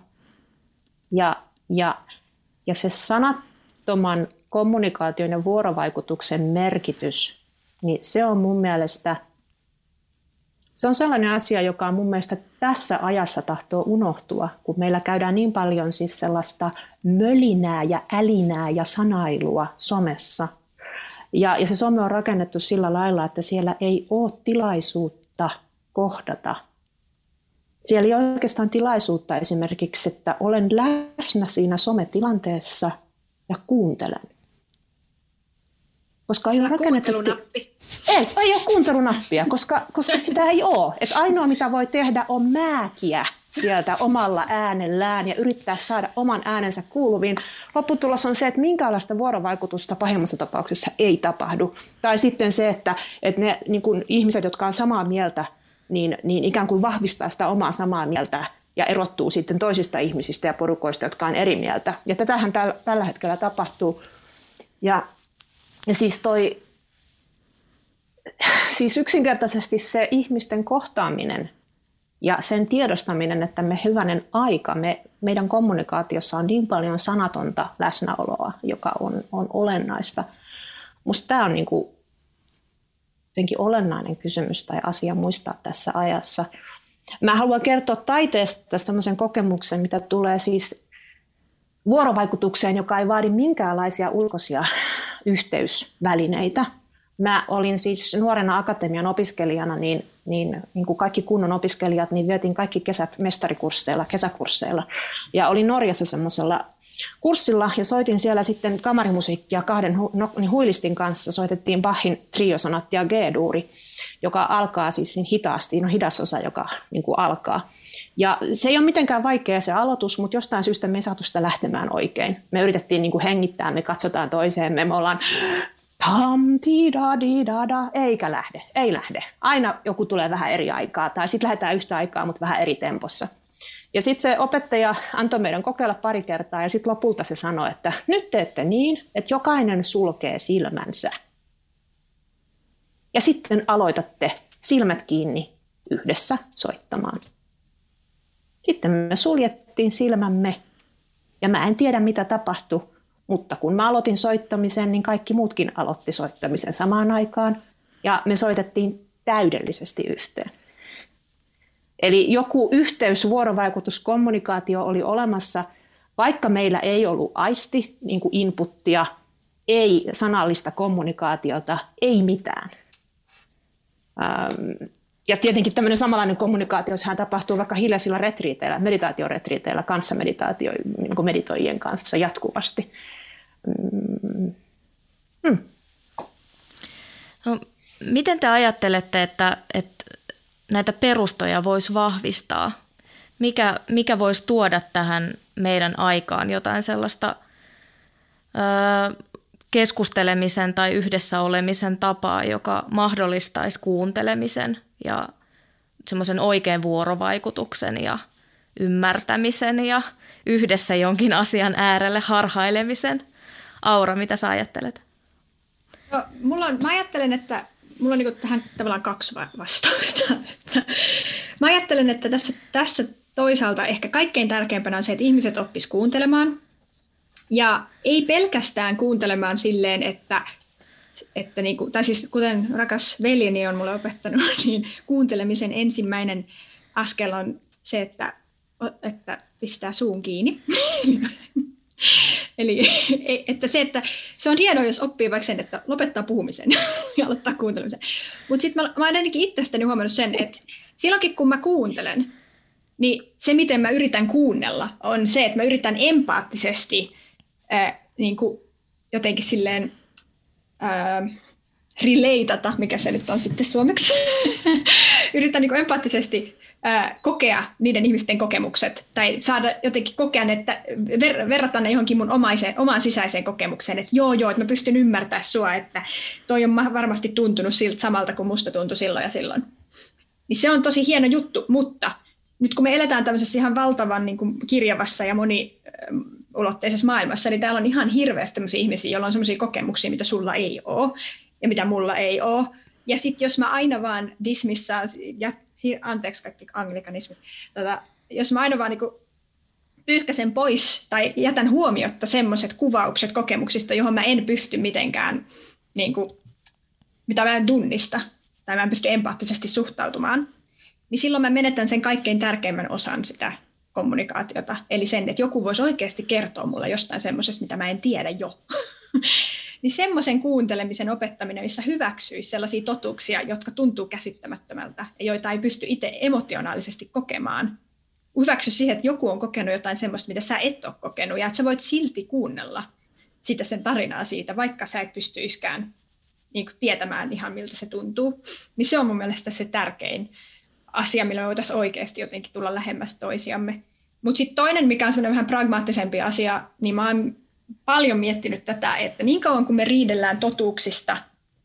Ja se sanattoman kommunikaation ja vuorovaikutuksen merkitys, niin se on mun mielestä, se on sellainen asia, joka on mun mielestä tässä ajassa tahtoo unohtua, kun meillä käydään niin paljon siis sellaista mölinää ja älinää ja sanailua somessa. Ja se some on rakennettu sillä lailla, että siellä ei ole tilaisuutta kohdata. Siellä ei ole oikeastaan tilaisuutta esimerkiksi, että olen läsnä siinä sometilanteessa ja kuuntelen. Koska ei ole rakennettu... Ei ole kuuntelunappia, koska sitä ei ole. Et ainoa mitä voi tehdä on määkiä sieltä omalla äänellään ja yrittää saada oman äänensä kuuluviin. Lopputulos on se, että minkäänlaista vuorovaikutusta pahimmassa tapauksessa ei tapahdu. Tai sitten se, että ne niin kuin ihmiset, jotka on samaa mieltä, niin ikään kuin vahvistaa sitä omaa samaa mieltä ja erottuu sitten toisista ihmisistä ja porukoista, jotka on eri mieltä. Ja tätähän tällä hetkellä tapahtuu. Ja siis yksinkertaisesti se ihmisten kohtaaminen ja sen tiedostaminen, että me hyvänen aika, meidän kommunikaatiossa on niin paljon sanatonta läsnäoloa, joka on olennaista. Musta tämä on niin kuin jotenkin olennainen kysymys tai asia muistaa tässä ajassa. Mä haluan kertoa taiteesta tämmöisen kokemuksen, mitä tulee siis vuorovaikutukseen, joka ei vaadi minkäänlaisia ulkoisia yhteysvälineitä. Mä olin siis nuorena akatemian opiskelijana, niin kuin kaikki kunnon opiskelijat, niin vietin kaikki kesät mestarikursseilla, kesäkursseilla. Ja olin Norjassa semmoisella kurssilla ja soitin siellä sitten kamarimusiikkia kahden huilistin kanssa. Soitettiin Bachin triosonaattia G-duuri, joka alkaa siis hitaasti, hidas osa, joka niin kuin alkaa. Ja se ei ole mitenkään vaikea se aloitus, mutta jostain syystä me ei saatu sitä lähtemään oikein. Me yritettiin niin kuin hengittää, me katsotaan toiseemme, me ollaan... Tam-ti-da-di-da-da, ei lähde. Aina joku tulee vähän eri aikaa, tai sitten lähdetään yhtä aikaa, mutta vähän eri tempossa. Ja sitten se opettaja antoi meidän kokeilla pari kertaa, ja sitten lopulta se sanoi, että nyt teette niin, että jokainen sulkee silmänsä. Ja sitten aloitatte silmät kiinni yhdessä soittamaan. Sitten me suljettiin silmämme, ja mä en tiedä mitä tapahtui. Mutta kun mä aloitin soittamisen, niin kaikki muutkin aloitti soittamisen samaan aikaan. Ja me soitettiin täydellisesti yhteen. Eli joku yhteys, vuorovaikutus, kommunikaatio oli olemassa, vaikka meillä ei ollut aisti, niin kuin inputtia, ei sanallista kommunikaatiota, ei mitään. Ja tietenkin tämmöinen samanlainen kommunikaatio, sehän tapahtuu vaikka hiljaisilla retriiteillä, meditaatioretriiteillä, kanssameditaatio, niin kuin meditoijien kanssa jatkuvasti. No, miten te ajattelette, että näitä perustoja voisi vahvistaa? Mikä voisi tuoda tähän meidän aikaan jotain sellaista keskustelemisen tai yhdessä olemisen tapaa, joka mahdollistaisi kuuntelemisen ja semmoisen oikean vuorovaikutuksen ja ymmärtämisen ja yhdessä jonkin asian äärelle harhailemisen? Aura, mitä sä ajattelet? No, mä ajattelen, että mulla on niin tähän tavallaan 2 vastausta. Mä ajattelen, että tässä toisaalta ehkä kaikkein tärkeimpänä on se, että ihmiset oppis kuuntelemaan. Ja ei pelkästään kuuntelemaan silleen, että niin kuin, tai siis kuten rakas veljeni on mulle opettanut, niin kuuntelemisen ensimmäinen askel on se, että pistää suun kiinni. Eli että se on hienoa, jos oppii vaikka sen, että lopettaa puhumisen ja aloittaa kuuntelemisen. Mutta sitten mä oon ainakin itsestäni huomannut sen, että silloinkin kun mä kuuntelen, niin se miten mä yritän kuunnella on se, että mä yritän empaattisesti niin kuin jotenkin silleen relateata, mikä se nyt on sitten suomeksi. Yritän niin kuin empaattisesti kokea niiden ihmisten kokemukset tai saada jotenkin kokea, että verrata ne johonkin mun omaan sisäiseen kokemukseen, että joo, että mä pystyn ymmärtämään sua, että toi on varmasti tuntunut siltä samalta kuin musta tuntui silloin ja silloin. Niin se on tosi hieno juttu, mutta nyt kun me eletään tämmöisessä ihan valtavan niin kuin kirjavassa ja moniulotteisessa maailmassa, niin täällä on ihan hirveästi tämmöisiä ihmisiä, joilla on semmoisia kokemuksia, mitä sulla ei ole ja mitä mulla ei ole. Ja sitten jos mä aina vaan dismissaan, anteeksi kaikki anglikanismit, jos mä aina vaan niin kuin pyyhkäsen pois tai jätän huomiotta semmoiset kuvaukset kokemuksista, johon mä en pysty mitenkään, niin kuin, mitä mä en tunnista tai mä en pysty empaattisesti suhtautumaan, niin silloin mä menetän sen kaikkein tärkeimmän osan sitä kommunikaatiota. Eli sen, että joku voisi oikeasti kertoa mulle jostain semmoisesta, mitä mä en tiedä jo. Niin semmoisen kuuntelemisen opettaminen, missä hyväksyisi sellaisia totuuksia, jotka tuntuu käsittämättömältä ja joita ei pysty itse emotionaalisesti kokemaan. Hyväksy siihen, että joku on kokenut jotain semmoista, mitä sä et ole kokenut ja että sä voit silti kuunnella sitä sen tarinaa siitä, vaikka sä et pystyiskään niin kuin tietämään ihan miltä se tuntuu. Niin se on mun mielestä se tärkein asia, millä me voitaisiin oikeasti jotenkin tulla lähemmäs toisiamme. Mutta sitten toinen, mikä on semmoinen vähän pragmaattisempi asia, niin mä oon paljon miettinyt tätä, että niin kauan kun me riidellään totuuksista,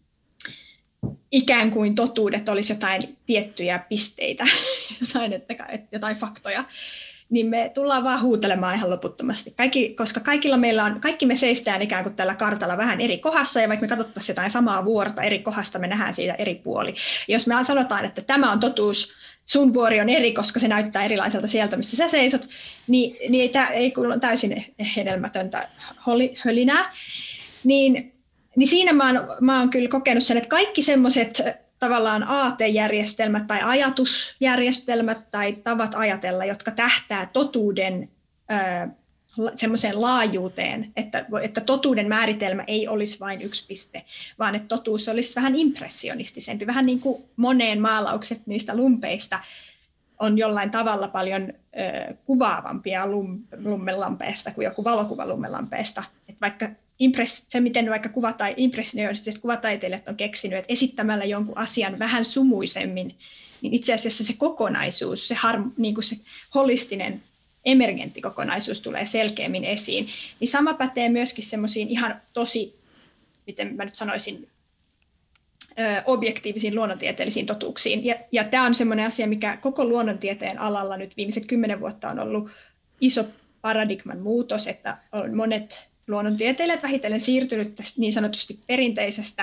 ikään kuin totuudet olisi jotain tiettyjä pisteitä, jotain faktoja, niin me tullaan vaan huutelemaan ihan loputtomasti. Koska kaikki me seistään ikään kuin tällä kartalla vähän eri kohdassa, ja vaikka me katsottaisiin jotain samaa vuorta eri kohdasta, me nähdään siitä eri puoli. Ja jos me sanotaan, että tämä on totuus, sun vuori on eri, koska se näyttää erilaiselta sieltä, missä sä seisot, niin ei täysin hedelmätöntä hölinää. Niin siinä mä oon kyllä kokenut sen, että kaikki semmoiset tavallaan aatejärjestelmät tai ajatusjärjestelmät tai tavat ajatella, jotka tähtää totuuden semmoiseen laajuuteen, että totuuden määritelmä ei olisi vain yksi piste, vaan että totuus olisi vähän impressionistisempi, vähän niin kuin moneen maalaukset niistä lumpeista on jollain tavalla paljon kuvaavampia lummenlampeesta kuin joku valokuva lummenlampeesta. Että vaikka se, miten vaikka impressionistiset kuvataiteilijat on keksinyt, että esittämällä jonkun asian vähän sumuisemmin, niin itse asiassa se kokonaisuus, niin kuin se holistinen emergentti kokonaisuus tulee selkeämmin esiin. Niin sama pätee myöskin semmoisiin ihan tosi, miten mä nyt sanoisin, objektiivisiin luonnontieteellisiin totuuksiin. Ja tämä on semmoinen asia, mikä koko luonnontieteen alalla nyt viimeiset 10 vuotta on ollut iso paradigman muutos, että on monet luonnontieteilijät vähitellen siirtynyt tästä niin sanotusti perinteisestä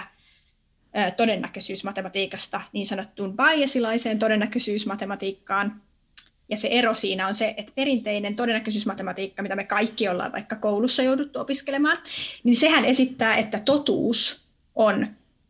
todennäköisyysmatematiikasta niin sanottuun bayesilaiseen todennäköisyysmatematiikkaan. Ja se ero siinä on se, että perinteinen todennäköisyysmatematiikka, mitä me kaikki ollaan vaikka koulussa jouduttu opiskelemaan, niin sehän esittää, että totuus on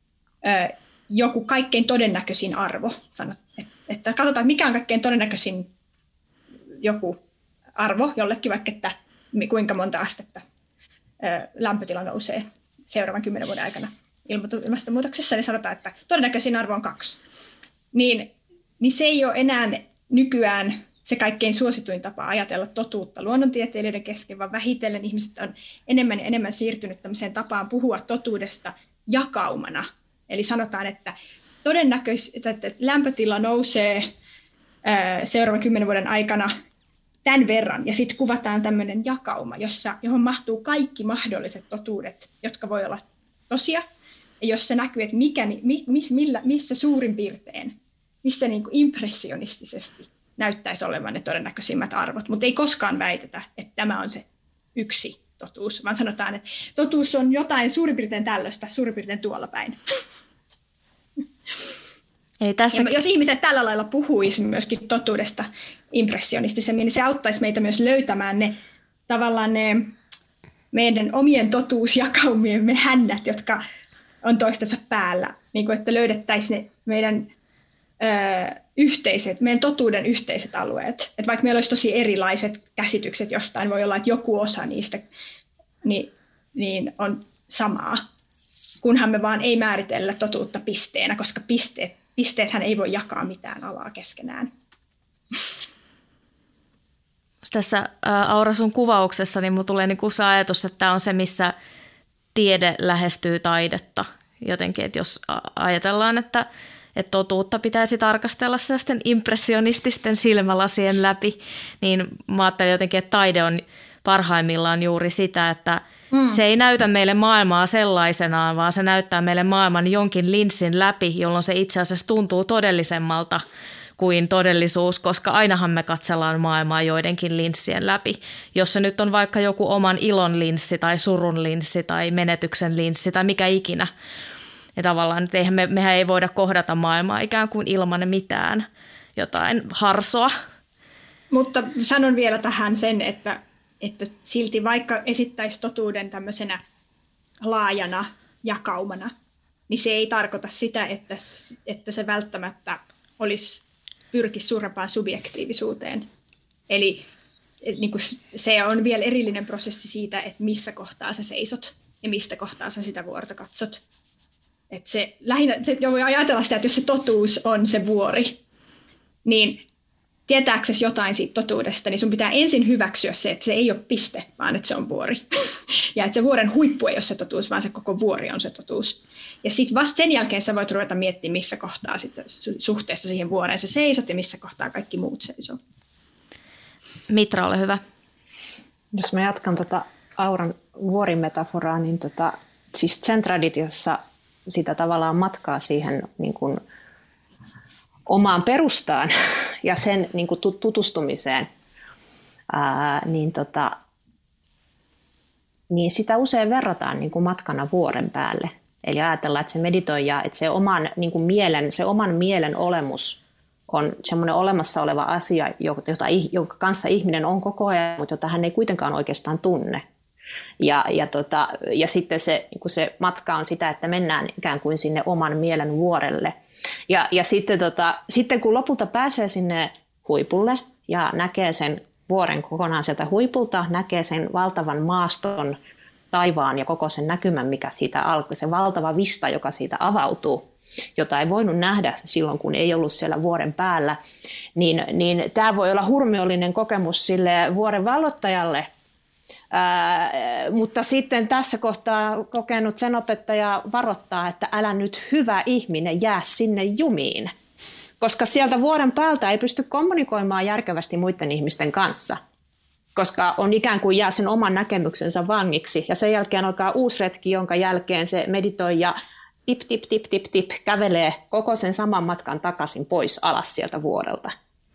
joku kaikkein todennäköisin arvo. Että katsotaan, mikä on kaikkein todennäköisin joku arvo jollekin, vaikka että kuinka monta astetta lämpötila nousee seuraavan 10 vuoden aikana ilmastonmuutoksessa, niin sanotaan, että todennäköisin arvo on 2. Niin se ei ole enää nykyään se kaikkein suosituin tapa ajatella totuutta luonnontieteilijöiden kesken, vaan vähitellen ihmiset on enemmän ja enemmän siirtynyt tämmöiseen tapaan puhua totuudesta jakaumana. Eli sanotaan, että todennäköisesti että lämpötila nousee seuraavan 10 vuoden aikana tämän verran, ja sitten kuvataan tämmöinen jakauma, johon mahtuu kaikki mahdolliset totuudet, jotka voi olla tosia, ja jossa näkyy, että missä suurin piirtein, missä niin kuin impressionistisesti näyttäisi olevan ne todennäköisimmät arvot, mutta ei koskaan väitetä, että tämä on se yksi totuus, vaan sanotaan, että totuus on jotain suurin piirtein tällaista, suurin piirtein tuolla päin. Ei tässä... Jos ihmiset tällä lailla puhuisi myöskin totuudesta impressionistisemmin, niin se auttaisi meitä myös löytämään ne tavallaan ne meidän omien totuusjakaumiemme hännät, jotka on toistensa päällä, niin kuin että löydettäisiin ne meidän meidän totuuden yhteiset alueet. Että vaikka meillä olisi tosi erilaiset käsitykset jostain, voi olla, että joku osa niistä niin on samaa, kunhan me vaan ei määritellä totuutta pisteenä, koska pisteethän ei voi jakaa mitään alaa keskenään. Tässä Aura sun kuvauksessa niin mun tulee se ajatus, että tämä on se, missä tiede lähestyy taidetta. Jotenkin, että jos ajatellaan, että totuutta pitäisi tarkastella sellaisten impressionististen silmälasien läpi, niin mä ajattelin jotenkin, että taide on parhaimmillaan juuri sitä, että se ei näytä meille maailmaa sellaisenaan, vaan se näyttää meille maailman jonkin linssin läpi, jolloin se itse asiassa tuntuu todellisemmalta kuin todellisuus, koska ainahan me katsellaan maailmaa joidenkin linssien läpi. Jos se nyt on vaikka joku oman ilon linssi tai surun linssi tai menetyksen linssi tai mikä ikinä. Ja tavallaan, että mehän ei voida kohdata maailmaa ikään kuin ilman mitään jotain harsoa. Mutta sanon vielä tähän sen, että silti vaikka esittäisi totuuden tämmöisenä laajana jakaumana, niin se ei tarkoita sitä, että se välttämättä pyrkisi suurempaan subjektiivisuuteen. Eli niin kuin se on vielä erillinen prosessi siitä, että missä kohtaa sä seisot ja mistä kohtaa sä sitä vuorta katsot. Että se voi ajatella sitä, että jos se totuus on se vuori, niin tietääksesi jotain siitä totuudesta, niin sun pitää ensin hyväksyä se, että se ei ole piste, vaan että se on vuori. Ja että se vuoren huippu ei ole se totuus, vaan se koko vuori on se totuus. Ja sitten vasta sen jälkeen sä voit ruveta miettimään, missä kohtaa sitten suhteessa siihen vuoreen se seisot ja missä kohtaa kaikki muut seisoo. Mitra, ole hyvä. Jos mä jatkan Auran vuorimetaforaa, niin siis Zen-traditiossa sitä tavallaan matkaa siihen niin kuin omaan perustaan ja sen niin kuin tutustumiseen, niin sitä usein verrataan niin kuin matkana vuoren päälle. Eli ajatellaan, että se meditoija, että se oman mielen olemus on semmoinen olemassa oleva asia, jonka kanssa ihminen on koko ajan, mutta jota hän ei kuitenkaan oikeastaan tunne. Ja sitten se matka on sitä, että mennään ikään kuin sinne oman mielen vuorelle. Ja sitten kun lopulta pääsee sinne huipulle ja näkee sen vuoren kokonaan sieltä huipulta, näkee sen valtavan maaston, taivaan ja koko sen näkymän, mikä siitä alkoi, se valtava vista, joka siitä avautuu, jota ei voinut nähdä silloin, kun ei ollut siellä vuoren päällä, niin tämä voi olla hurmiollinen kokemus sille vuoren vallottajalle. Mutta sitten tässä kohtaa kokenut sen opettaja varoittaa, että älä nyt hyvä ihminen jää sinne jumiin, koska sieltä vuoren päältä ei pysty kommunikoimaan järkevästi muiden ihmisten kanssa, koska on ikään kuin jää sen oman näkemyksensä vangiksi ja sen jälkeen alkaa uusi retki, jonka jälkeen se meditoi ja tip kävelee koko sen saman matkan takaisin pois alas sieltä vuorelta.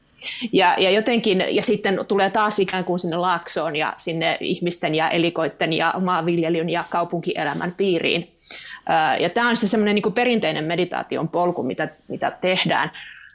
Ja sitten tulee taas ikään kuin sinne laaksoon ja sinne ihmisten ja elikoiden ja maanviljelyn ja kaupunkielämän piiriin. Ja tämä on se semmoinen niin kuin perinteinen meditaation polku, mitä tehdään.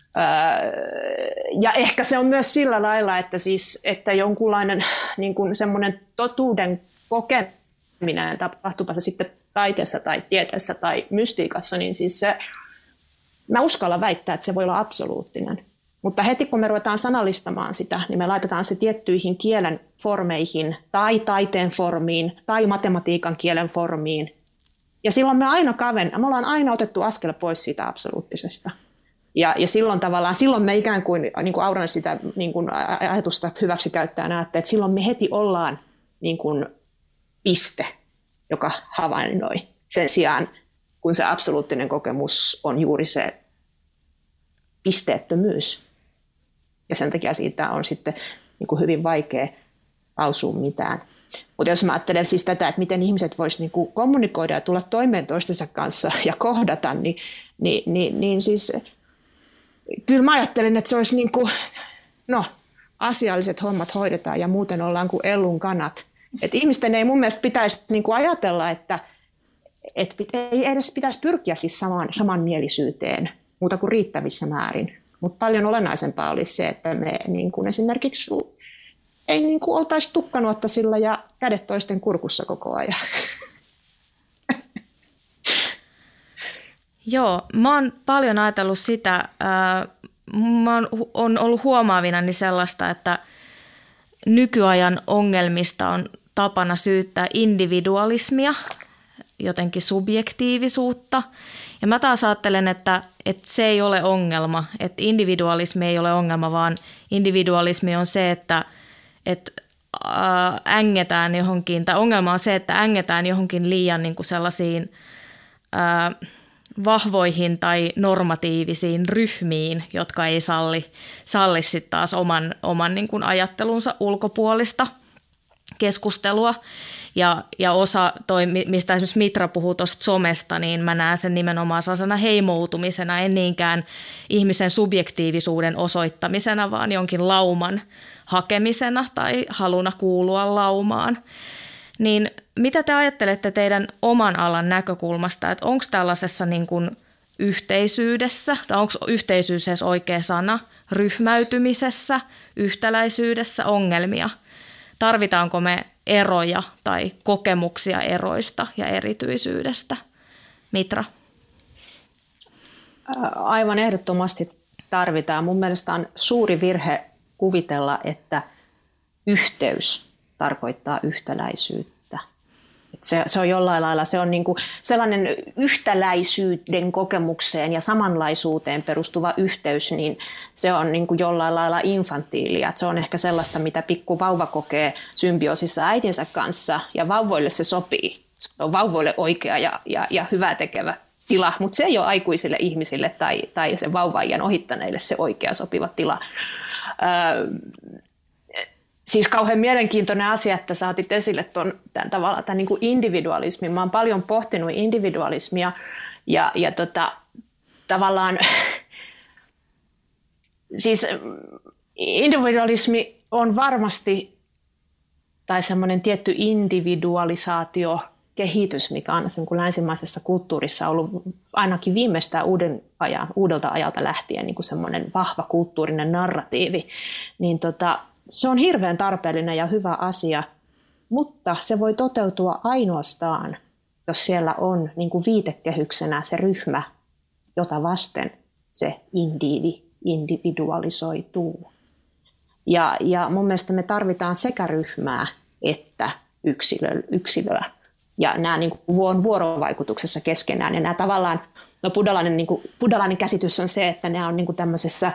Ja ehkä se on myös sillä lailla, että jonkunlainen niin kuin semmoinen totuuden kokeminen, tapahtuupa se sitten taiteessa tai tieteessä tai mystiikassa, niin siis mä uskallan väittää, että se voi olla absoluuttinen. Mutta heti kun me ruvetaan sanallistamaan sitä, niin me laitetaan se tiettyihin kielen formeihin tai taiteen formiin tai matematiikan kielen formiin. Ja silloin me ollaan aina otettu askel pois siitä absoluuttisesta. Ja silloin tavallaan, silloin me ikään kuin Aura sitä niin kuin ajatusta hyväksi käyttää näette, että silloin me heti ollaan niin kuin piste, joka havainnoi. Sen sijaan, kun se absoluuttinen kokemus on juuri se pisteettömyys. Ja sen takia siitä on sitten niin kuin hyvin vaikea lausua mitään. Mutta jos mä ajattelen siis tätä, että miten ihmiset voisivat niin kuin kommunikoida ja tulla toimeen toistensa kanssa ja kohdata, niin siis kyllä mä ajattelen, että se olisi niin kuin, asialliset hommat hoidetaan ja muuten ollaan kuin ellun kanat. Et ihmisten ei mun mielestä pitäisi niin kuin ajatella, että ei edes pitäisi pyrkiä siis samanmielisyyteen muuta kuin riittävissä määrin. Mutta paljon olennaisempaa olisi se, että me niin kuin esimerkiksi ei niin kuin oltaisi tukkanuottasilla ja kädet toisten kurkussa koko ajan. Joo, mä oon paljon ajatellut sitä, mä oon ollut huomaavinani sellaista, että nykyajan ongelmista on tapana syyttää individualismia, jotenkin subjektiivisuutta. Ja mä taas ajattelen, että se ei ole ongelma, että individualismi ei ole ongelma, vaan individualismi on se, että ängetään johonkin, tai ongelma on se, että ängetään johonkin liian niin kuin sellaisiin vahvoihin tai normatiivisiin ryhmiin, jotka ei salli sitten taas oman niin kuin ajattelunsa ulkopuolista keskustelua. Ja osa toi, mistä esimerkiksi Mitra puhuu tuosta somesta, niin mä näen sen nimenomaan sellaisena heimoutumisena, en niinkään ihmisen subjektiivisuuden osoittamisena, vaan jonkin lauman hakemisena tai haluna kuulua laumaan. Niin mitä te ajattelette teidän oman alan näkökulmasta, että onko tällaisessa niin kuin yhteisyydessä, tai onko yhteisyys edes oikea sana, ryhmäytymisessä, yhtäläisyydessä ongelmia? Tarvitaanko me eroja tai kokemuksia eroista ja erityisyydestä? Mitra? Aivan ehdottomasti tarvitaan. Mun mielestä on suuri virhe kuvitella, että yhteys tarkoittaa yhtäläisyyttä. Se on jollain lailla se on niinku sellainen yhtäläisyyden kokemukseen ja samanlaisuuteen perustuva yhteys, niin se on niinku jollain lailla infantiilia. Se on ehkä sellaista, mitä pikku vauva kokee symbioosissa äitinsä kanssa, ja vauvoille se sopii. Se on vauvoille oikea ja hyvää tekevä tila, mutta se ei ole aikuisille ihmisille tai sen vauvaijan ohittaneille se oikea sopiva tila. Siis kauhean mielenkiintoinen asia, että sä otit esille tämän niin kuin individualismin. Mä oon paljon pohtinut individualismia ja tavallaan siis individualismi on varmasti tai semmoinen tietty individualisaatio kehitys, mikä on sen kuin länsimaisessa kulttuurissa ollut ainakin viimeistään uudelta ajalta lähtien niin kuin semmoinen vahva kulttuurinen narratiivi, niin se on hirveän tarpeellinen ja hyvä asia, mutta se voi toteutua ainoastaan, jos siellä on niin kuin viitekehyksenä se ryhmä, jota vasten se individualisoituu. Ja mun mielestä me tarvitaan sekä ryhmää että yksilöä. Ja nämä niin kuin on vuorovaikutuksessa keskenään. Ja nämä tavallaan, buddhalainen käsitys on se, että nämä on niin kuin tämmöisessä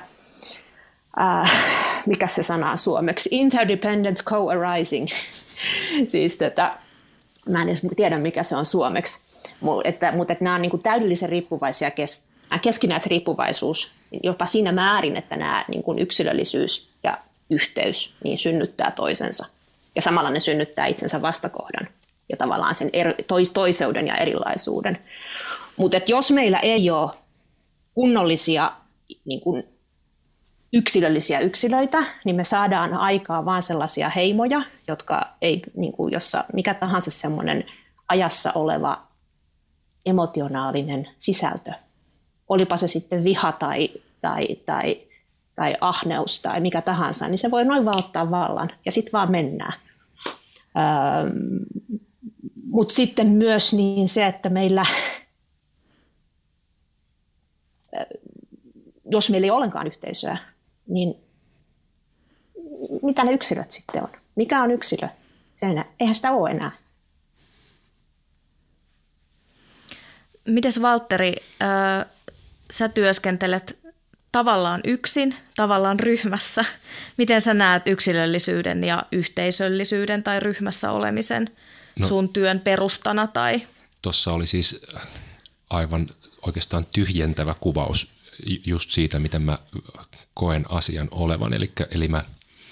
mikä se sana on suomeksi? Interdependence co-arising. Siis mä en edes tiedä, mikä se on suomeksi. Mutta nämä on niin kuin täydellisen riippuvaisia keskinäisriippuvaisuus jopa siinä määrin, että nämä niin kuin yksilöllisyys ja yhteys niin synnyttää toisensa. Ja samalla ne synnyttää itsensä vastakohdan ja tavallaan sen toiseuden ja erilaisuuden. Mutta jos meillä ei ole kunnollisia niin kuin yksilöllisiä yksilöitä, niin me saadaan aikaa vaan sellaisia heimoja, jotka ei, niin kuin jossa mikä tahansa semmoinen ajassa oleva emotionaalinen sisältö, olipa se sitten viha tai ahneus tai mikä tahansa, niin se voi noin vaan ottaa vallan ja sitten vaan mennään. Mutta sitten myös niin se, että meillä, jos meillä ei ole ollenkaan yhteisöä, niin mitä ne yksilöt sitten on? Mikä on yksilö? Eihän sitä ole enää. Mites Valtteri, sä työskentelet tavallaan yksin, tavallaan ryhmässä. Miten sä näet yksilöllisyyden ja yhteisöllisyyden tai ryhmässä olemisen sun työn perustana? Tuossa oli siis aivan oikeastaan tyhjentävä kuvaus just siitä, miten mä koen asian olevan. Eli mä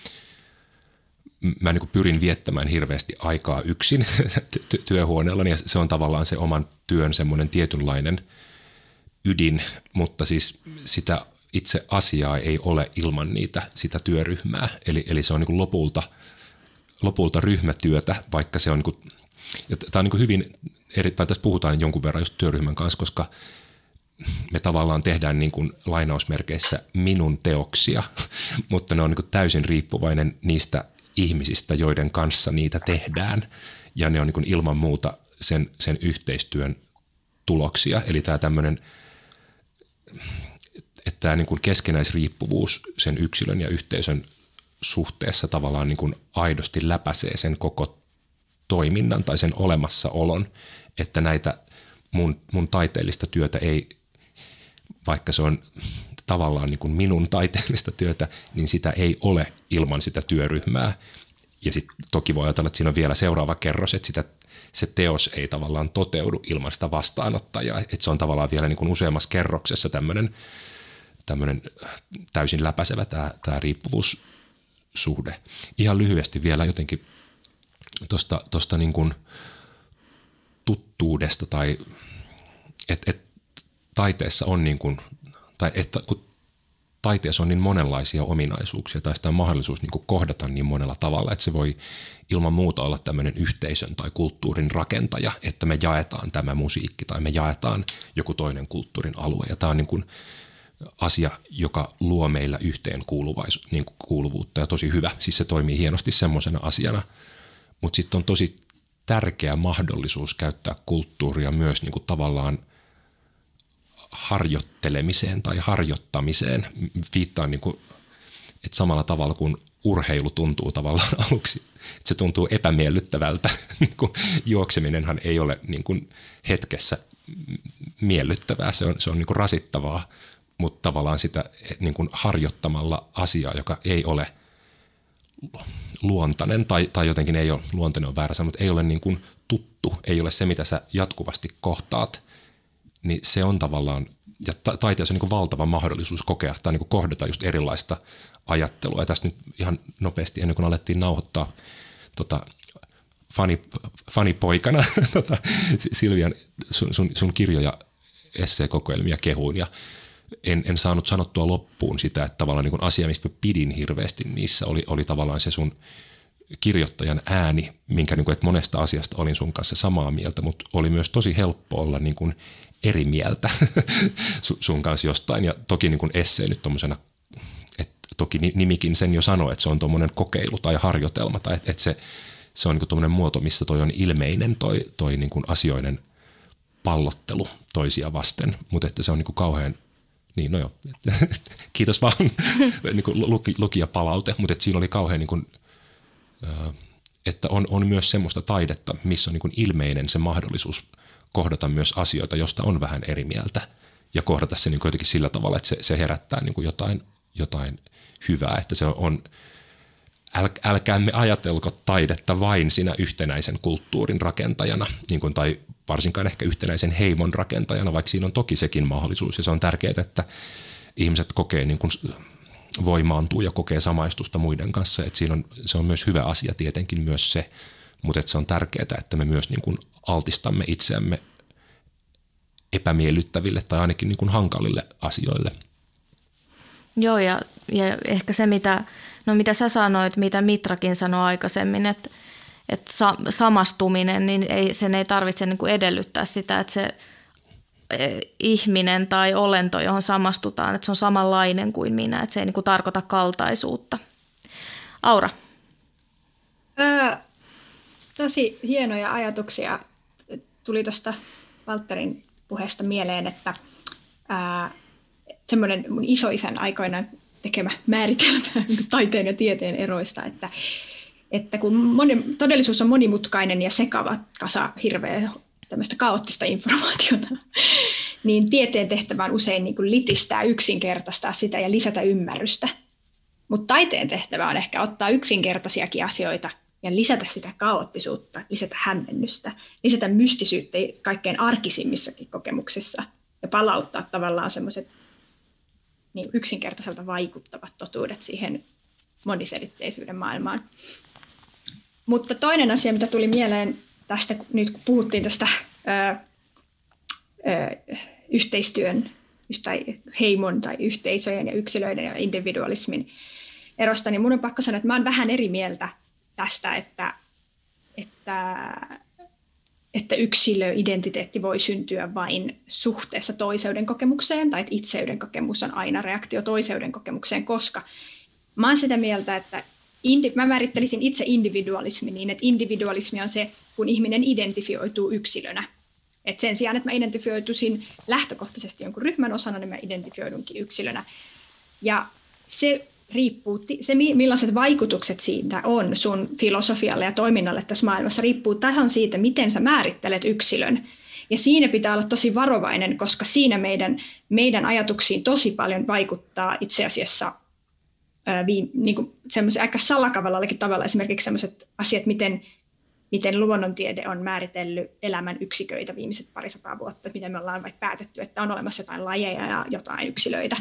niin kuin pyrin viettämään hirveästi aikaa yksin työhuoneellani, ja se on tavallaan se oman työn semmoinen tietynlainen ydin, mutta siis sitä itse asiaa ei ole ilman sitä työryhmää. Eli se on niin kuin lopulta ryhmätyötä, vaikka se on niin kuin, ja tämä on niin kuin hyvin tai tässä puhutaan jonkun verran just työryhmän kanssa, koska me tavallaan tehdään niin kuin lainausmerkeissä minun teoksia, mutta ne on niin kuin täysin riippuvainen niistä ihmisistä, joiden kanssa niitä tehdään, ja ne on niin kuin ilman muuta sen yhteistyön tuloksia. Eli tämä tämmöinen, että tämä niin kuin keskenäisriippuvuus sen yksilön ja yhteisön suhteessa tavallaan niin kuin aidosti läpäisee sen koko toiminnan tai sen olemassaolon, että näitä mun taiteellista työtä ei, vaikka se on tavallaan niin kuin minun taiteellista työtä, niin sitä ei ole ilman sitä työryhmää. Ja sitten toki voi ajatella, että siinä on vielä seuraava kerros, että se teos ei tavallaan toteudu ilman sitä vastaanottajaa. Että se on tavallaan vielä niin kuin useammassa kerroksessa tämmöinen täysin läpäisevä tämä riippuvuussuhde. Ihan lyhyesti vielä jotenkin tuosta niin kuin tuttuudesta tai että taiteessa on niin kuin, tai että kun taiteessa on niin monenlaisia ominaisuuksia tai sitä on mahdollisuus niin kuin kohdata niin monella tavalla, että se voi ilman muuta olla tämmöinen yhteisön tai kulttuurin rakentaja, että me jaetaan tämä musiikki tai me jaetaan joku toinen kulttuurin alue. Ja tämä on niin kuin asia, joka luo meillä yhteen niin kuin kuuluvuutta ja tosi hyvä. Siis se toimii hienosti semmoisena asiana, mutta sitten on tosi tärkeä mahdollisuus käyttää kulttuuria myös niin kuin tavallaan harjoittelemiseen tai harjoittamiseen. Viittaan, niin kuin, että samalla tavalla kuin urheilu tuntuu tavallaan aluksi, että se tuntuu epämiellyttävältä. Niin kuin juokseminenhan ei ole niin kuin hetkessä miellyttävää, se on niin kuin rasittavaa, mutta tavallaan sitä niin kuin harjoittamalla asiaa, joka ei ole luontainen tai jotenkin ei ole, luontainen on väärä sana, mutta ei ole niin kuin tuttu, ei ole se, mitä sä jatkuvasti kohtaat, niin se on tavallaan, ja taiteessa on niin kuin valtava mahdollisuus kokea tai niin kuin kohdata just erilaista ajattelua. Ja tästä nyt ihan nopeasti, ennen kuin alettiin nauhoittaa fanipoikana Silvian sun kirjoja, esseekokoelmia kehuun, ja en saanut sanottua loppuun sitä, että tavallaan niin kuin asia, mistä pidin hirveästi niissä, oli tavallaan se sun kirjoittajan ääni, minkä niin kuin, että monesta asiasta olin sun kanssa samaa mieltä, mutta oli myös tosi helppo olla niin kuin eri mieltä sun kanssa jostain. Ja toki niin kuin essee nyt tommosena, että toki nimikin sen jo sanoo, että se on tommoinen kokeilu tai harjoitelma, tai että se on niin kuin tommoinen muoto, missä toi on ilmeinen toi niin kuin asioiden pallottelu toisia vasten, mutta että se on niin kuin kauhean, niin no joo, kiitos vaan niin kuin lukijapalaute, mutta että siinä oli kauhean niin kuin, että on myös semmoista taidetta, missä on niin kuin ilmeinen se mahdollisuus kohdata myös asioita, josta on vähän eri mieltä, ja kohdata se niin kuin jotenkin sillä tavalla, että se herättää niin kuin jotain hyvää, että se on älkäämme ajatelko taidetta vain sinä yhtenäisen kulttuurin rakentajana, niin kuin, tai varsinkaan ehkä yhtenäisen heimon rakentajana, vaikka siinä on toki sekin mahdollisuus, ja se on tärkeää, että ihmiset kokee niin kuin voimaantuu ja kokee samaistusta muiden kanssa, että se on myös hyvä asia tietenkin myös se, mutta että se on tärkeää, että me myös niin kuin altistamme itseämme epämiellyttäville tai ainakin niin kuin hankalille asioille. Joo, ja ehkä se, mitä sä sanoit, mitä Mitrakin sanoi aikaisemmin, että samastuminen, niin sen ei tarvitse niin kuin edellyttää sitä, että se ihminen tai olento, johon samastutaan, että se on samanlainen kuin minä, että se ei niin kuin tarkoita kaltaisuutta. Aura. Tosi hienoja ajatuksia tuli tuosta Valtterin puheesta mieleen, että semmoinen mun isoisän aikoinaan tekemä määritelmä taiteen ja tieteen eroista, että kun todellisuus on monimutkainen ja sekava kasa hirveä tämmöistä kaoottista informaatiota, niin tieteen tehtävä on usein niin kuin litistää, yksinkertaistaa sitä ja lisätä ymmärrystä. Mutta taiteen tehtävä on ehkä ottaa yksinkertaisiakin asioita ja lisätä sitä kaoottisuutta, lisätä hämmennystä, lisätä mystisyyttä kaikkein arkisimmissakin kokemuksissa ja palauttaa tavallaan semmoiset niin yksinkertaiselta vaikuttavat totuudet siihen moniselitteisyyden maailmaan. Mutta toinen asia, mitä tuli mieleen tästä, nyt kun puhuttiin tästä yhteistyön tai heimon tai yhteisöjen ja yksilöiden ja individualismin erosta, niin mun on pakko sanoa, että mä oon vähän eri mieltä tästä, että yksilöidentiteetti voi syntyä vain suhteessa toiseuden kokemukseen, tai että itseyden kokemus on aina reaktio toiseuden kokemukseen, koska mä oon sitä mieltä, että mä määrittelisin itse individualismi niin, että individualismi on se, kun ihminen identifioituu yksilönä. Et sen sijaan, että mä identifioituisin lähtökohtaisesti jonkun ryhmän osana, niin mä identifioidunkin yksilönä. Ja se riippuu, millaiset vaikutukset siitä on sun filosofialle ja toiminnalle tässä maailmassa, riippuu tasan siitä, miten sä määrittelet yksilön. Ja siinä pitää olla tosi varovainen, koska siinä meidän ajatuksiin tosi paljon vaikuttaa itse asiassa niin semmoisen aika salakavallakin tavalla esimerkiksi sellaiset asiat, miten luonnontiede on määritellyt elämän yksiköitä viimeiset 200 vuotta, miten me ollaan vaikka päätetty, että on olemassa jotain lajeja ja jotain yksilöitä.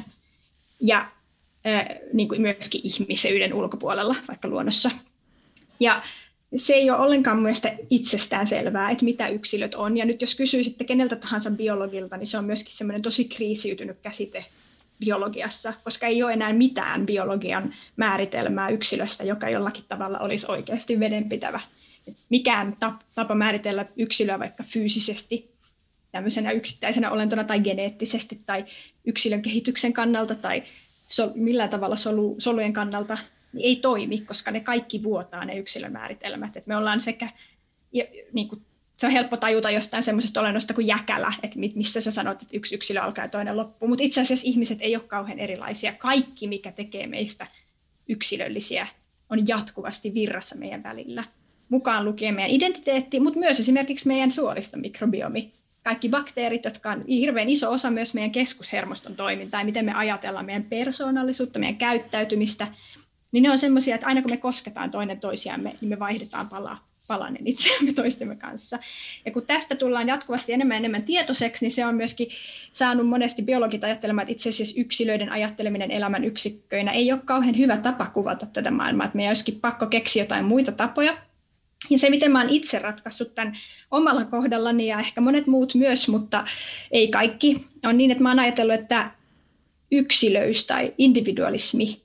Ja niin kuin myöskin ihmisyyden ulkopuolella, vaikka luonnossa. Ja se ei ole ollenkaan mielestäni itsestään selvää, että mitä yksilöt on. Ja nyt jos kysyisitte keneltä tahansa biologilta, niin se on myöskin semmoinen tosi kriisiytynyt käsite biologiassa, koska ei ole enää mitään biologian määritelmää yksilöstä, joka jollakin tavalla olisi oikeasti vedenpitävä. Mikään tapa määritellä yksilöä vaikka fyysisesti, tämmöisenä yksittäisenä olentona tai geneettisesti tai yksilön kehityksen kannalta tai millään tavalla solujen kannalta niin ei toimi, koska ne kaikki vuotaa ne yksilön määritelmät. Et me ollaan sekä, niin kuin, se on helppo tajuta jostain semmoisesta olennosta kuin jäkälä, että missä sä sanot, että yksi yksilö alkaa ja toinen loppuu. Mutta itse asiassa ihmiset ei ole kauhean erilaisia. Kaikki, mikä tekee meistä yksilöllisiä, on jatkuvasti virrassa meidän välillä. Mukaan lukien meidän identiteetti, mutta myös esimerkiksi meidän suoliston mikrobiomi. Kaikki bakteerit, jotka on hirveän iso osa myös meidän keskushermoston toimintaa ja miten me ajatellaan meidän persoonallisuutta, meidän käyttäytymistä, niin ne on semmoisia, että aina kun me kosketaan toinen toisiamme, niin me vaihdetaan palanen itseämme toistemme kanssa. Ja kun tästä tullaan jatkuvasti enemmän ja enemmän tietoiseksi, niin se on myöskin saanut monesti biologit ajattelemaan, että itse asiassa yksilöiden ajatteleminen elämän yksikköinä ei ole kauhean hyvä tapa kuvata tätä maailmaa, että meidän olisikin pakko keksiä jotain muita tapoja. Ja se, miten mä oon itse ratkaissut tämän omalla kohdallani ja ehkä monet muut myös, mutta ei kaikki, on niin, että mä oon ajatellut, että yksilöys tai individualismi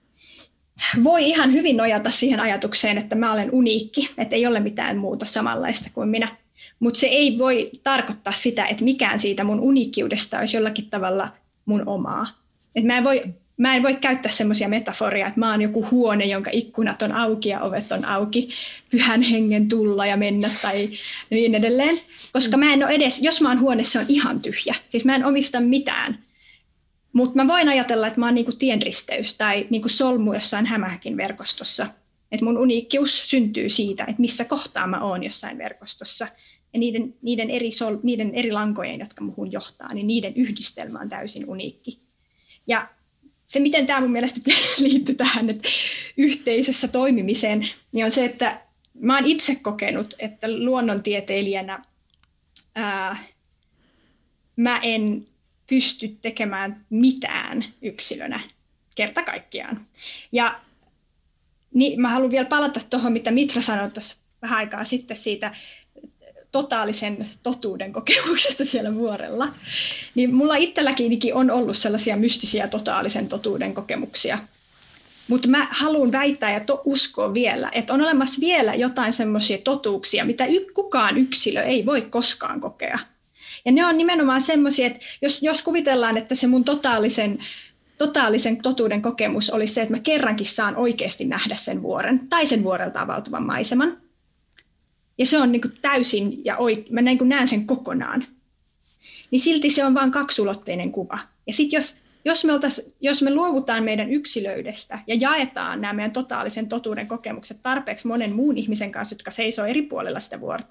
voi ihan hyvin nojata siihen ajatukseen, että mä olen uniikki, että ei ole mitään muuta samanlaista kuin minä. Mutta se ei voi tarkoittaa sitä, että mikään siitä mun uniikkiudesta olisi jollakin tavalla mun omaa. Et mä en voi käyttää semmoisia metaforia, että mä oon joku huone, jonka ikkunat on auki ja ovet on auki, pyhän hengen tulla ja mennä tai niin edelleen. Koska mä en ole edes, jos mä oon huone, se on ihan tyhjä. Siis mä en omista mitään. Mutta mä voin ajatella, että mä oon niinku tienristeys tai niinku solmu jossain hämähäkin verkostossa. Että mun uniikkius syntyy siitä, että missä kohtaa mä oon jossain verkostossa. Ja niiden eri lankojen, jotka muhun johtaa, niin niiden yhdistelmä on täysin uniikki. Ja se, miten tämä mun mielestä liittyy tähän yhteisössä toimimiseen, niin on se, että mä oon itse kokenut, että luonnontieteilijänä mä en pysty tekemään mitään yksilönä kerta kaikkiaan. Ja niin, mä haluan vielä palata tuohon, mitä Mitra sanoi tuossa vähän aikaa sitten siitä totaalisen totuuden kokemuksesta siellä vuorella. Niin mulla itselläkin on ollut sellaisia mystisiä totaalisen totuuden kokemuksia. Mutta mä haluan väittää ja uskoa vielä, että on olemassa vielä jotain semmoisia totuuksia, mitä kukaan yksilö ei voi koskaan kokea. Ja ne on nimenomaan semmoisia, että jos kuvitellaan, että se mun totaalisen totuuden kokemus olisi se, että mä kerrankin saan oikeasti nähdä sen vuoren tai sen vuorelta avautuvan maiseman. Ja se on niin kuin täysin, ja mä niin kuin näen sen kokonaan. Niin silti se on vain kaksulotteinen kuva. Ja sitten jos me luovutaan meidän yksilöydestä ja jaetaan nämä meidän totaalisen totuuden kokemukset tarpeeksi monen muun ihmisen kanssa, jotka seisoo eri puolella sitä vuorta,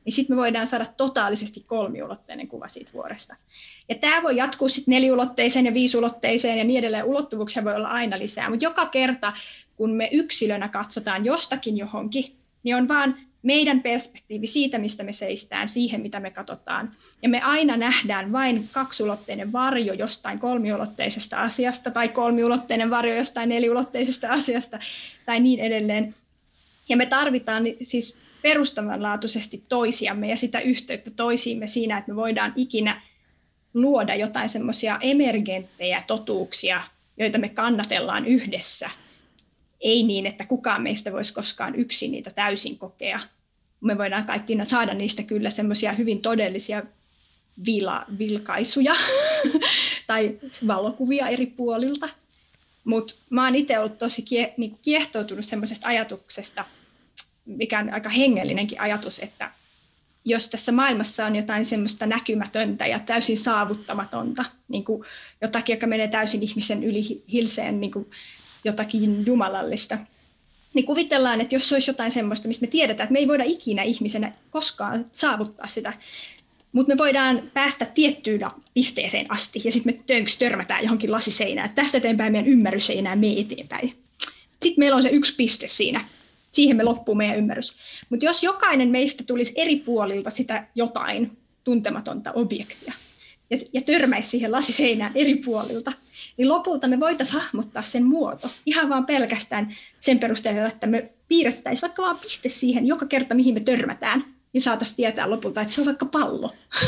niin sitten me voidaan saada totaalisesti kolmiulotteinen kuva siitä vuoresta. Ja tämä voi jatkuu sitten 4-ulotteiseen ja 5-ulotteiseen ja niin edelleen. Ulottuvuuksia voi olla aina lisää, mutta joka kerta, kun me yksilönä katsotaan jostakin johonkin, niin on vaan meidän perspektiivi siitä, mistä me seistään, siihen, mitä me katsotaan. Ja me aina nähdään vain 2-ulotteinen varjo jostain 3-ulotteisesta asiasta, tai 3-ulotteinen varjo jostain 4-ulotteisesta asiasta, tai niin edelleen. Ja me tarvitaan siis perustavanlaatuisesti toisiamme ja sitä yhteyttä toisiimme siinä, että me voidaan ikinä luoda jotain semmoisia emergenttejä totuuksia, joita me kannatellaan yhdessä. Ei niin, että kukaan meistä voisi koskaan yksin niitä täysin kokea. Me voidaan kaikki saada niistä kyllä semmoisia hyvin todellisia vilkaisuja tai valokuvia eri puolilta. Mutta mä oon itse ollut tosi kiehtoutunut semmoisesta ajatuksesta, mikä on aika hengellinenkin ajatus, että jos tässä maailmassa on jotain semmoista näkymätöntä ja täysin saavuttamatonta, niin kuin jotakin, joka menee täysin ihmisen yli hilseen, niin kuin jotakin jumalallista, niin kuvitellaan, että jos olisi jotain semmoista, mistä me tiedetään, että me ei voida ikinä ihmisenä koskaan saavuttaa sitä, mutta me voidaan päästä tiettyyn pisteeseen asti ja sitten me törmätään johonkin lasiseinään. Tästä eteenpäin meidän ymmärrys ei enää mene eteenpäin. Sitten meillä on se yksi piste siinä. Siihen me loppuu meidän ymmärrys. Mutta jos jokainen meistä tulisi eri puolilta sitä jotain tuntematonta objektia ja törmäisi siihen lasiseinään eri puolilta, niin lopulta me voitaisiin hahmottaa sen muoto ihan vaan pelkästään sen perusteella, että me piirrettäisiin vaikka vaan piste siihen joka kerta, mihin me törmätään, niin saataisiin tietää lopulta, että se on vaikka pallo.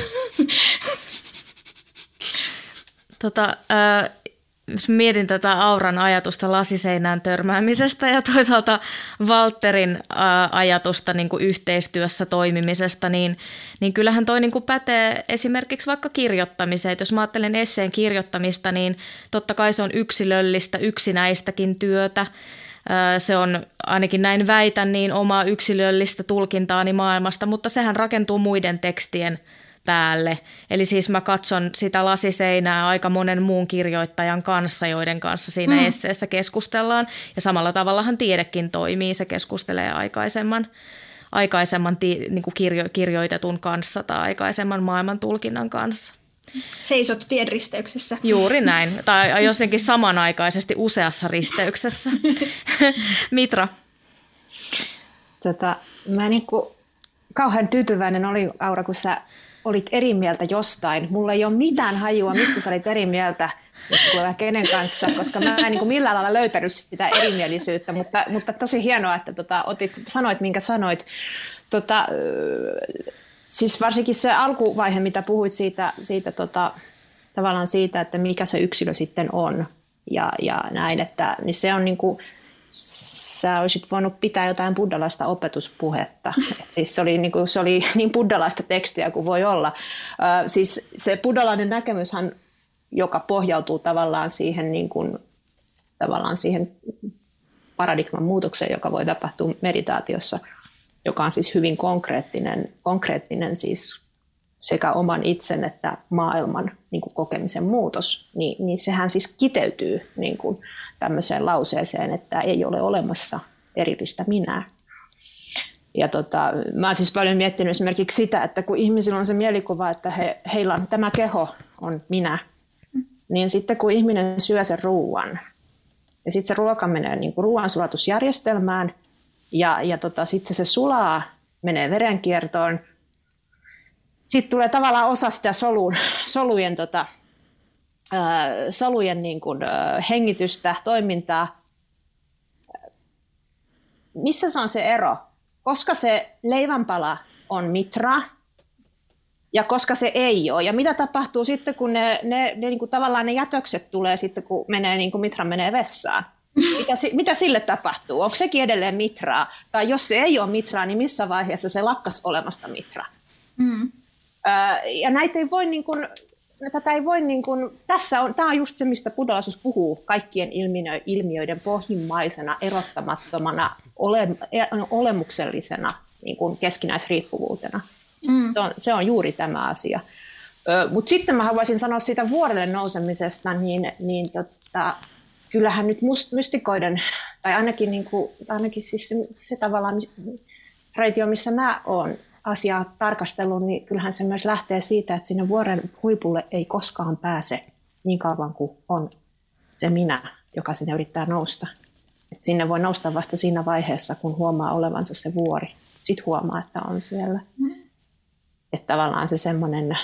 Jos mietin tätä Auran ajatusta lasiseinään törmäämisestä ja toisaalta Valtterin ajatusta niin kuin yhteistyössä toimimisesta, niin kyllähän toi niin kuin pätee esimerkiksi vaikka kirjoittamiseen. Et jos mä ajattelen esseen kirjoittamista, niin totta kai se on yksilöllistä, yksinäistäkin työtä. Se on, ainakin näin väitän, niin omaa yksilöllistä tulkintaani maailmasta, mutta sehän rakentuu muiden tekstien päälle. Eli siis mä katson sitä lasiseinää aika monen muun kirjoittajan kanssa, joiden kanssa siinä esseessä keskustellaan. Ja samalla tavallahan tiedekin toimii, se keskustelee aikaisemman niin kuin kirjoitetun kanssa tai aikaisemman maailman tulkinnan kanssa. Seisot tien risteyksessä. Juuri näin. Tai jotenkin samanaikaisesti useassa risteyksessä. Mitra? Mä kauhean tyytyväinen olin, Aura, kun sä olit eri mieltä jostain. Mulla ei ole mitään hajua, mistä sä olit eri mieltä kenen kanssa, koska mä en millään lailla löytänyt sitä erimielisyyttä, mutta tosi hienoa, että sanoit, minkä sanoit. Siis varsinkin se alkuvaihe, mitä puhuit siitä tavallaan siitä, että mikä se yksilö sitten on ja näin, että niin se on niin kuin, sä olisit voinut pitää jotain buddhalaista opetuspuhetta. Siis se oli niin buddhalaista tekstiä kuin voi olla. Siis se buddhalainen näkemyshän, joka pohjautuu tavallaan siihen, siihen paradigman muutokseen, joka voi tapahtua meditaatiossa, joka on siis hyvin konkreettinen siis sekä oman itsen että maailman niin kuin kokemisen muutos, niin sehän siis kiteytyy niin kuin tämmöiseen lauseeseen, että ei ole olemassa erillistä minää. Ja mä oon siis paljon miettinyt esimerkiksi sitä, että kun ihmisillä on se mielikuva, että heillä on tämä keho on minä, niin sitten kun ihminen syö sen ruuan, ja sitten se ruoka menee niin kuin ruoansulatusjärjestelmään, ja sitten se sulaa, menee verenkiertoon. Sitten tulee tavallaan osa sitä solujen niin kuin, hengitystä, toimintaa. Missä se on se ero? Koska se leivänpala on mitra ja koska se ei ole. Ja mitä tapahtuu sitten, kun ne niin kuin, tavallaan ne jätökset tulee sitten, kun niin kuin mitra menee vessaan? Mitä sille tapahtuu? Onko sekin edelleen mitraa? Tai jos se ei ole mitraa, niin missä vaiheessa se lakkas olemasta mitraa? Ja näitä ei voi, tätä ei voi, tämä on just se, mistä buddhalaisuus puhuu kaikkien ilmiöiden pohjimmaisena, erottamattomana, olemuksellisena niin kuin keskinäisriippuvuutena. Se on juuri tämä asia. Mutta sitten mä haluaisin sanoa siitä vuorelle nousemisesta, niin kyllähän nyt mystikoiden, tai ainakin siis se tavallaan traditio, missä mä oon asiaa tarkastellut, niin kyllähän se myös lähtee siitä, että sinne vuoren huipulle ei koskaan pääse niin kauan kuin on se minä, joka sinne yrittää nousta. Et sinne voi nousta vasta siinä vaiheessa, kun huomaa olevansa se vuori. Sitten huomaa, että on siellä. Että tavallaan se semmoinen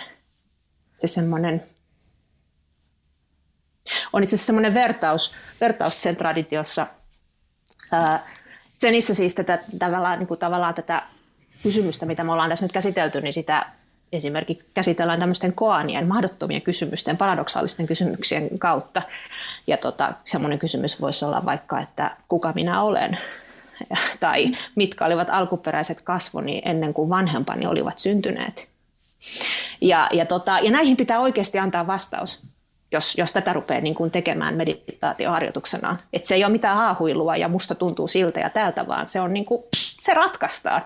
on itse asiassa semmoinen vertaus sen traditiossa. Zenissä siis tavallaan tätä kysymystä, mitä me ollaan tässä nyt käsitelty, niin sitä esimerkiksi käsitellään tämmöisten koanien, mahdottomien kysymysten, paradoksaalisten kysymyksien kautta. Ja semmoinen kysymys voisi olla vaikka, että kuka minä olen? Tai mitkä olivat alkuperäiset kasvoni ennen kuin vanhempani olivat syntyneet? Ja näihin pitää oikeasti antaa vastaus, jos tätä rupeaa niin kuin tekemään meditaatioharjoituksena. Että se ei ole mitään haahuilua ja musta tuntuu siltä ja täältä, vaan se on niin kuin, se ratkaistaan.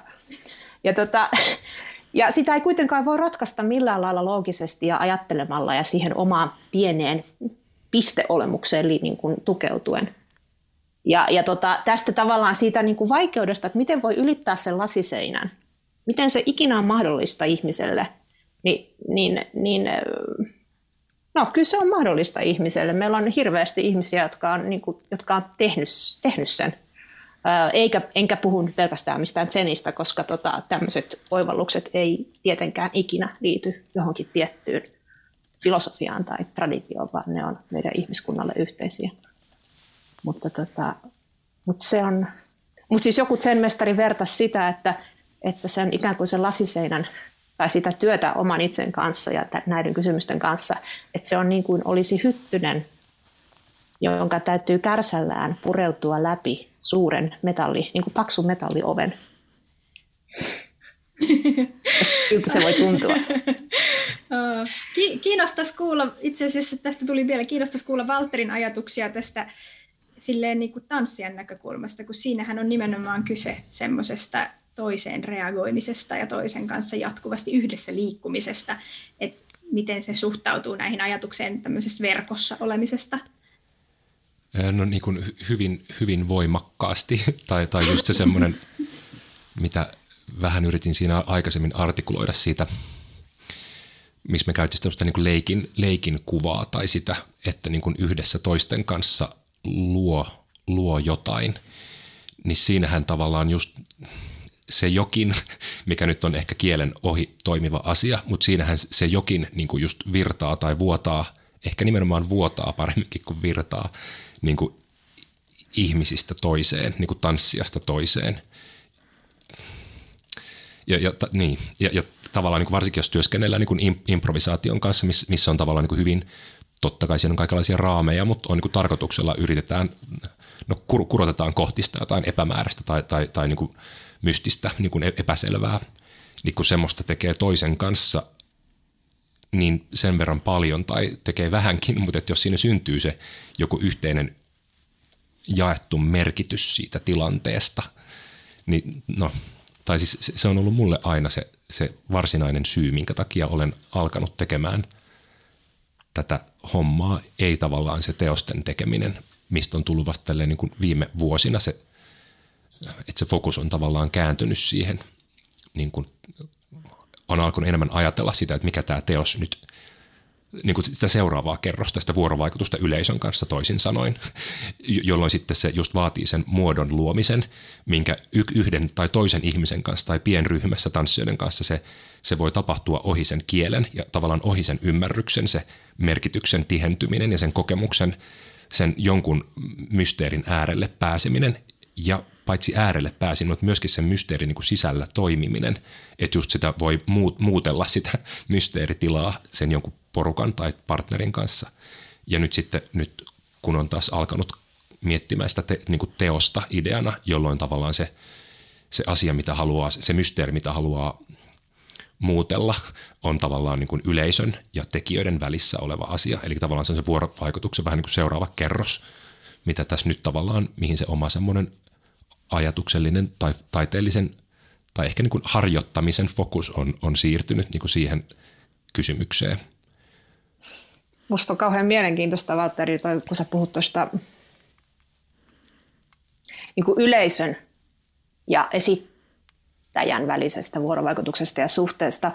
Ja sitä ei kuitenkaan voi ratkaista millään lailla loogisesti ja ajattelemalla ja siihen omaan pieneen pisteolemukseen niin kuin tukeutuen. Ja tästä tavallaan siitä niin kuin vaikeudesta, että miten voi ylittää sen lasiseinän, miten se ikinä on mahdollista ihmiselle, no kyllä se on mahdollista ihmiselle. Meillä on hirveästi ihmisiä, jotka on tehnyt sen. Enkä puhu pelkästään mistään zenistä, koska tämmöiset oivallukset ei tietenkään ikinä liity johonkin tiettyyn filosofiaan tai traditioon, vaan ne on meidän ihmiskunnalle yhteisiä. Mutta siis joku zen-mestari vertasi sitä, että sen ikään kuin sen lasiseinän tai sitä työtä oman itsen kanssa ja näiden kysymysten kanssa, että se on niin kuin olisi hyttynen, jonka täytyy kärsällään pureutua läpi suuren niin kuin paksun metallioven. Siltä se voi tuntua. Kiinnostaisi kuulla, itse asiassa tästä tuli vielä, kiinnostaisi kuulla Valtterin ajatuksia tästä silleen niin kuin tanssijan näkökulmasta, kun siinähän on nimenomaan kyse semmoisesta toiseen reagoimisesta ja toisen kanssa jatkuvasti yhdessä liikkumisesta, että miten se suhtautuu näihin ajatukseen tämmöisestä verkossa olemisesta. No niin kuin hyvin voimakkaasti, tai just se semmoinen, mitä vähän yritin siinä aikaisemmin artikuloida siitä, missä me käytiin tämmöistä niin kuin leikin kuvaa tai sitä, että niin kuin yhdessä toisten kanssa luo jotain, niin siinähän tavallaan just se jokin, mikä nyt on ehkä kielen ohi toimiva asia, mutta siinähän se jokin niin kuin just virtaa tai vuotaa, ehkä nimenomaan vuotaa paremminkin kuin virtaa, niin kuin ihmisistä toiseen, niin kuin tanssijasta toiseen. Ja tavallaan niin kuin varsinkin jos työskennellään niin kuin improvisaation kanssa, missä on tavallaan niin kuin hyvin, totta kai siinä on kaikenlaisia raameja, mutta on niin kuin tarkoituksella yritetään, kurotetaan kohti sitä jotain epämääräistä tai niin kuin mystistä, niin kuin epäselvää, niin kun semmoista tekee toisen kanssa niin sen verran paljon tai tekee vähänkin, mutta että jos siinä syntyy se joku yhteinen jaettu merkitys siitä tilanteesta, niin tai siis se on ollut mulle aina se varsinainen syy, minkä takia olen alkanut tekemään tätä hommaa, ei tavallaan se teosten tekeminen, mistä on tullut vasta tälleen niin kuin viime vuosina se, että se fokus on tavallaan kääntynyt siihen, niin kuin on alkanut enemmän ajatella sitä, että mikä tämä teos nyt, niin kuin sitä seuraavaa kerrosta, sitä vuorovaikutusta yleisön kanssa toisin sanoen, jolloin sitten se just vaatii sen muodon luomisen, minkä yhden tai toisen ihmisen kanssa tai pienryhmässä tanssijoiden kanssa se voi tapahtua ohi sen kielen ja tavallaan ohi sen ymmärryksen, se merkityksen tihentyminen ja sen kokemuksen, sen jonkun mysteerin äärelle pääseminen ja paitsi äärelle pääsin, mutta myöskin sen mysteerin niin kuin sisällä toimiminen, että just sitä voi muutella sitä mysteeritilaa sen jonkun porukan tai partnerin kanssa. Ja nyt kun on taas alkanut miettimään sitä niin kuin teosta ideana, jolloin tavallaan se asia, mitä haluaa, se mysteeri, mitä haluaa muutella, on tavallaan niin kuin yleisön ja tekijöiden välissä oleva asia. Eli tavallaan se on se vuorovaikutuksen vähän niin kuin seuraava kerros, mitä tässä nyt tavallaan, mihin se oma semmoinen ajatuksellinen tai taiteellisen tai ehkä niin kuin harjoittamisen fokus on siirtynyt niin kuin siihen kysymykseen. Musta on kauhean mielenkiintoista, Valtteri, kun sä puhut tuosta niin kuin yleisön ja esittäjän välisestä vuorovaikutuksesta ja suhteesta.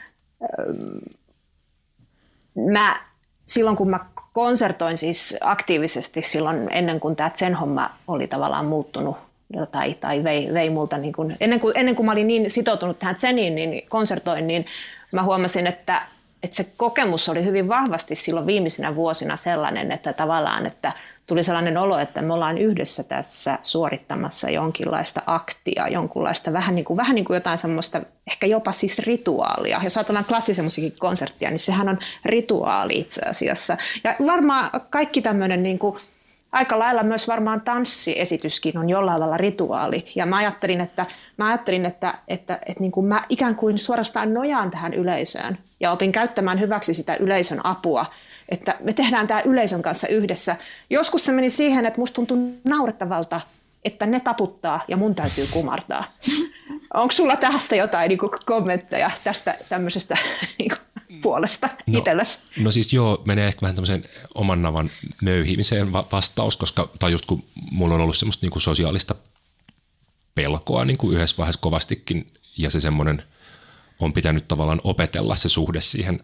Silloin kun mä konsertoin siis aktiivisesti silloin ennen kuin tämä Zen-homma oli tavallaan muuttunut tai vei multa, niin kun, ennen kuin mä olin niin sitoutunut tähän Zeniin, niin konsertoin, niin mä huomasin, että se kokemus oli hyvin vahvasti silloin viimeisinä vuosina sellainen, että tavallaan, että tuli sellainen olo, että me ollaan yhdessä tässä suorittamassa jonkinlaista aktia, jonkunlaista vähän niin kuin jotain semmoista, ehkä jopa siis rituaalia. Jos ajatellaan klassisen musiikin konserttia, niin sehän on rituaali itse asiassa. Ja varmaan kaikki tämmöinen niin kuin aika lailla myös varmaan tanssiesityskin on jollain lailla rituaali. Ja mä ajattelin, että niin kuin mä ikään kuin suorastaan nojaan tähän yleisöön ja opin käyttämään hyväksi sitä yleisön apua, että me tehdään tämä yleisön kanssa yhdessä. Joskus se meni siihen, että musta tuntuu naurettavalta, että ne taputtaa ja mun täytyy kumartaa. Onko sulla tästä jotain niin kuin kommentteja tästä tämmöisestä niin kuin puolesta itsellesi? No siis joo, menee ehkä vähän tämmöiseen oman navan möyhimiseen vastaus, koska tai just kun mulla on ollut semmoista niin kuin sosiaalista pelkoa niin kuin yhdessä vaiheessa kovastikin, ja se semmoinen on pitänyt tavallaan opetella se suhde siihen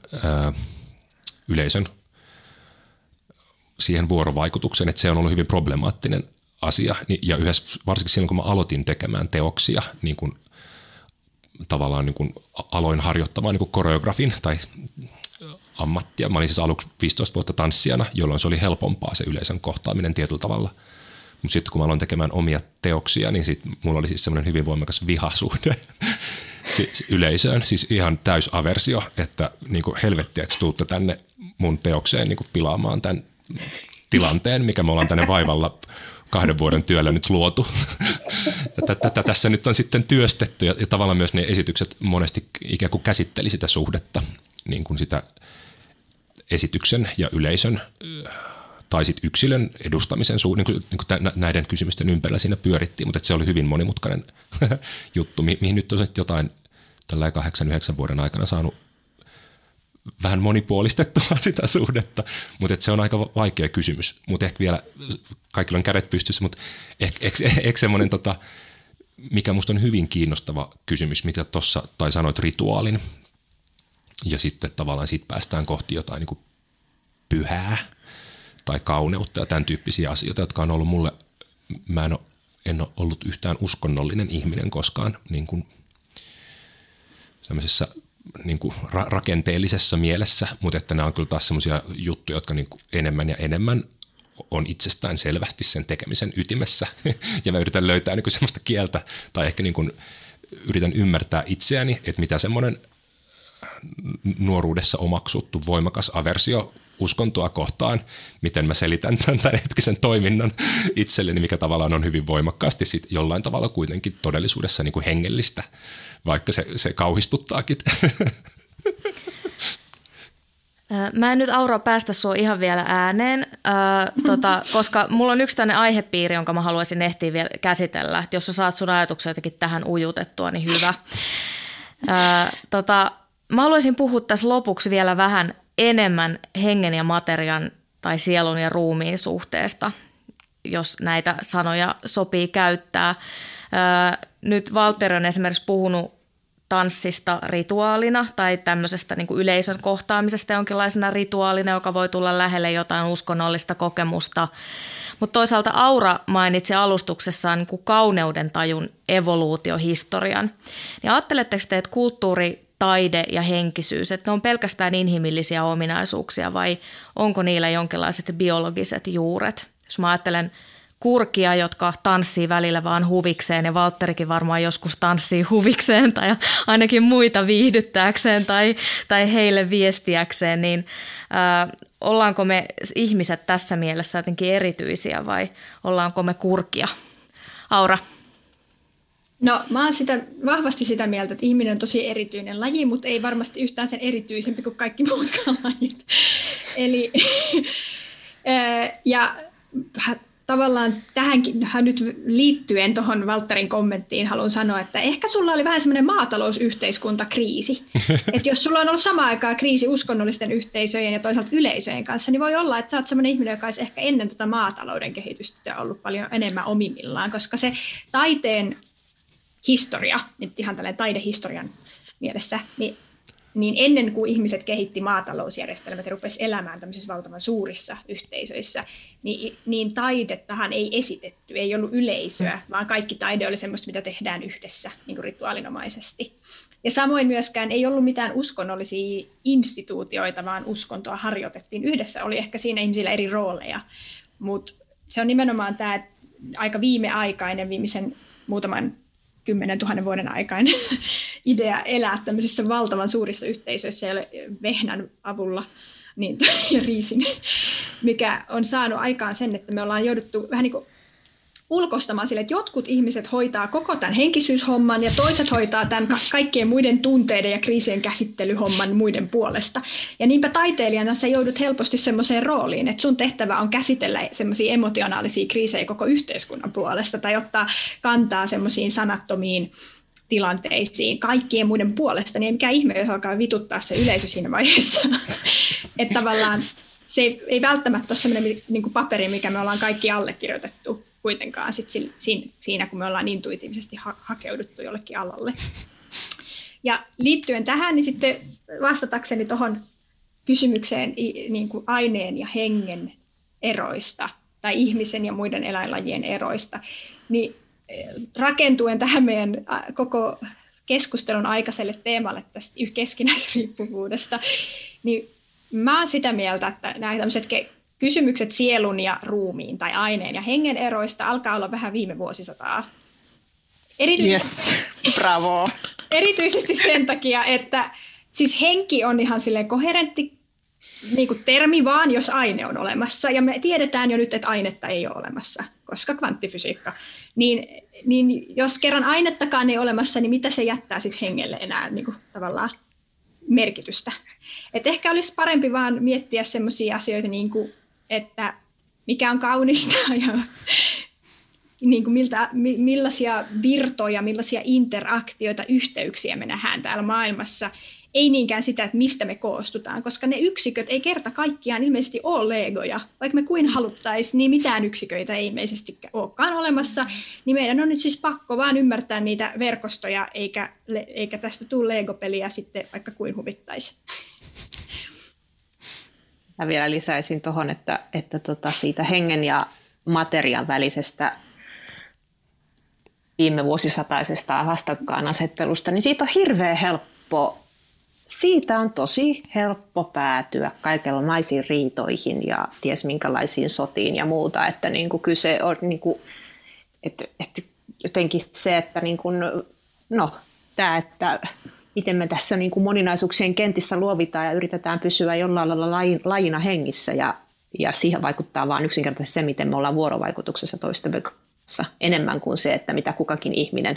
yleisön siihen vuorovaikutukseen, että se on ollut hyvin problemaattinen asia. Ja yhdessä, varsinkin silloin, kun mä aloitin tekemään teoksia, niin kun tavallaan niin kun aloin harjoittamaan niin kun koreografin tai ammattia. Mä olin siis aluksi 15 vuotta tanssijana, jolloin se oli helpompaa se yleisön kohtaaminen tietyllä tavalla. Mutta sitten kun mä aloin tekemään omia teoksia, niin sit mulla oli siis semmoinen hyvin voimakas vihasuhde yleisöön. Siis ihan täys aversio, että niin kuin helvettiäksi tuutte tänne mun teokseen niin kuin pilaamaan tämän tilanteen, mikä me ollaan tänne vaivalla 2 vuoden työllä nyt luotu. Tätä tässä nyt on sitten työstetty ja tavallaan myös ne esitykset monesti ikään kuin käsitteli sitä suhdetta, niin kuin sitä esityksen ja yleisön tai sitten yksilön edustamisen niin kuin näiden kysymysten ympärillä siinä pyörittiin, mutta se oli hyvin monimutkainen juttu, mihin nyt on jotain tällä 8-9 vuoden aikana saanut vähän monipuolistettua sitä suhdetta, mutta se on aika vaikea kysymys. Mutta ehkä vielä, kaikilla on kädet pystyssä, mutta ehkä semmoinen, mikä musta on hyvin kiinnostava kysymys, mitä tuossa, tai sanoit rituaalin, ja sitten tavallaan siitä päästään kohti jotain niin kuin pyhää tai kauneutta ja tämän tyyppisiä asioita, jotka on ollut mulle, en ole ollut yhtään uskonnollinen ihminen koskaan niin kuin semmoisessa niin kuin rakenteellisessa mielessä, mutta että nämä on kyllä taas semmoisia juttuja, jotka niin kuin enemmän ja enemmän on itsestään selvästi sen tekemisen ytimessä. Ja mä yritän löytää niin kuin semmoista kieltä tai ehkä niin kuin yritän ymmärtää itseäni, että mitä semmoinen nuoruudessa omaksuttu voimakas aversio uskontoa kohtaan, miten mä selitän tämän hetkisen toiminnan itselleni, mikä tavallaan on hyvin voimakkaasti sit jollain tavalla kuitenkin todellisuudessa niin kuin hengellistä, vaikka se kauhistuttaakin. Mä en nyt Aura päästä sua ihan vielä ääneen, koska mulla on yksi tämmöinen aihepiiri, jonka mä haluaisin ehtiä vielä käsitellä. Että jos sä saat sun ajatuksia jotenkin tähän ujutettua, niin hyvä. Mä haluaisin puhua tässä lopuksi vielä vähän enemmän hengen ja materian tai sielun ja ruumiin suhteesta, jos näitä sanoja sopii käyttää. Nyt Valtteri on esimerkiksi puhunut tanssista rituaalina tai tämmöisestä niin kuin yleisön kohtaamisesta jonkinlaisena rituaalina, joka voi tulla lähelle jotain uskonnollista kokemusta. Mutta toisaalta Aura mainitsi alustuksessaan niin kuin kauneuden tajun evoluutiohistorian. Ja ajatteletteko te, että kulttuuri, taide ja henkisyys, että ne on pelkästään inhimillisiä ominaisuuksia vai onko niillä jonkinlaiset biologiset juuret? Jos mä ajattelen kurkia, jotka tanssii välillä vaan huvikseen ja Valtterikin varmaan joskus tanssii huvikseen tai ainakin muita viihdyttääkseen tai heille viestiäkseen, niin ollaanko me ihmiset tässä mielessä jotenkin erityisiä vai ollaanko me kurkia? Aura? No mä oon vahvasti sitä mieltä, että ihminen on tosi erityinen laji, mutta ei varmasti yhtään sen erityisempi kuin kaikki muutkaan lajit. Eli ja tavallaan tähänkin nyt liittyen tuohon Valtterin kommenttiin haluan sanoa, että ehkä sulla oli vähän semmoinen maatalousyhteiskuntakriisi. Että jos sulla on ollut samaan aikaan kriisi uskonnollisten yhteisöjen ja toisaalta yleisöjen kanssa, niin voi olla, että sä oot semmoinen ihminen, joka olisi ehkä ennen maatalouden kehitystä ollut paljon enemmän omimillaan, koska se taiteen historia, nyt ihan tällainen taidehistorian mielessä, niin ennen kuin ihmiset kehitti maatalousjärjestelmät ja rupesi elämään tämmöisissä valtavan suurissa yhteisöissä, niin taidettahan ei esitetty, ei ollut yleisöä, vaan kaikki taide oli semmoista, mitä tehdään yhdessä niin kuin rituaalinomaisesti. Ja samoin myöskään ei ollut mitään uskonnollisia instituutioita, vaan uskontoa harjoitettiin yhdessä. Oli ehkä siinä ihmisillä eri rooleja, mutta se on nimenomaan tämä aika viimeaikainen, viimeisen muutaman 10 000 vuoden aikainen idea elää tämmöisissä valtavan suurissa yhteisöissä ja vehnän avulla ja riisin, mikä on saanut aikaan sen, että me ollaan jouduttu vähän niin kuin ulkoistamaan sille, että jotkut ihmiset hoitaa koko tämän henkisyyshomman ja toiset hoitaa tämän kaikkien muiden tunteiden ja kriisien käsittelyhomman muiden puolesta. Ja niinpä taiteilijana sä joudut helposti semmoiseen rooliin, että sun tehtävä on käsitellä semmoisia emotionaalisia kriisejä koko yhteiskunnan puolesta tai ottaa kantaa semmoisiin sanattomiin tilanteisiin kaikkien muiden puolesta, niin ei mikään ihme, jos alkaa vituttaa se yleisö siinä vaiheessa. Että tavallaan se ei välttämättä ole semmoinen niin kuin paperi, mikä me ollaan kaikki allekirjoitettu kuitenkaan sit siinä, kun me ollaan intuitiivisesti hakeuduttu jollekin alalle. Ja liittyen tähän, niin sitten vastatakseni tuohon kysymykseen niin kuin aineen ja hengen eroista tai ihmisen ja muiden eläinlajien eroista, niin rakentuen tähän meidän koko keskustelun aikaiselle teemalle tästä keskinäisriippuvuudesta, niin mä oon sitä mieltä, että nämä tämmöiset kysymykset sielun ja ruumiin tai aineen ja hengen eroista alkaa olla vähän viime vuosisataa. Bravo. Erityisesti sen takia, että siis henki on ihan silleen koherentti niin kuin termi vaan, jos aine on olemassa. Ja me tiedetään jo nyt, että ainetta ei ole olemassa, koska kvanttifysiikka. Niin jos kerran ainettakaan ei ole olemassa, niin mitä se jättää sitten hengelle enää niin kuin tavallaan merkitystä. Et ehkä olisi parempi vaan miettiä semmoisia asioita, niin kuin, että mikä on kaunista ja niin kuin millaisia virtoja, millaisia interaktioita, yhteyksiä me nähdään täällä maailmassa. Ei niinkään sitä, että mistä me koostutaan, koska ne yksiköt ei kerta kaikkiaan ilmeisesti ole legoja. Vaikka me kuin haluttaisiin, niin mitään yksiköitä ei ilmeisesti olekaan olemassa. Niin meidän on nyt siis pakko vaan ymmärtää niitä verkostoja, eikä tästä tule Lego-peliä sitten vaikka kuin huvittaisi. Mä vielä lisäisin tuohon, että siitä hengen ja materian välisestä viime vuosisataisesta vastakkainasettelusta, niin siitä on hirveän helppo. Siitä on tosi helppo päätyä kaikenlaisiin riitoihin ja ties minkälaisiin sotiin ja muuta, että niin kuin kyse on niin kuin, että jotenkin se, että niin kuin, tämä, että miten me tässä niin kuin moninaisuuksien kentissä luovitaan ja yritetään pysyä jollain lailla lajina hengissä ja siihen vaikuttaa vain yksinkertaisesti se, miten me ollaan vuorovaikutuksessa toistemme kanssa enemmän kuin se, että mitä kukakin ihminen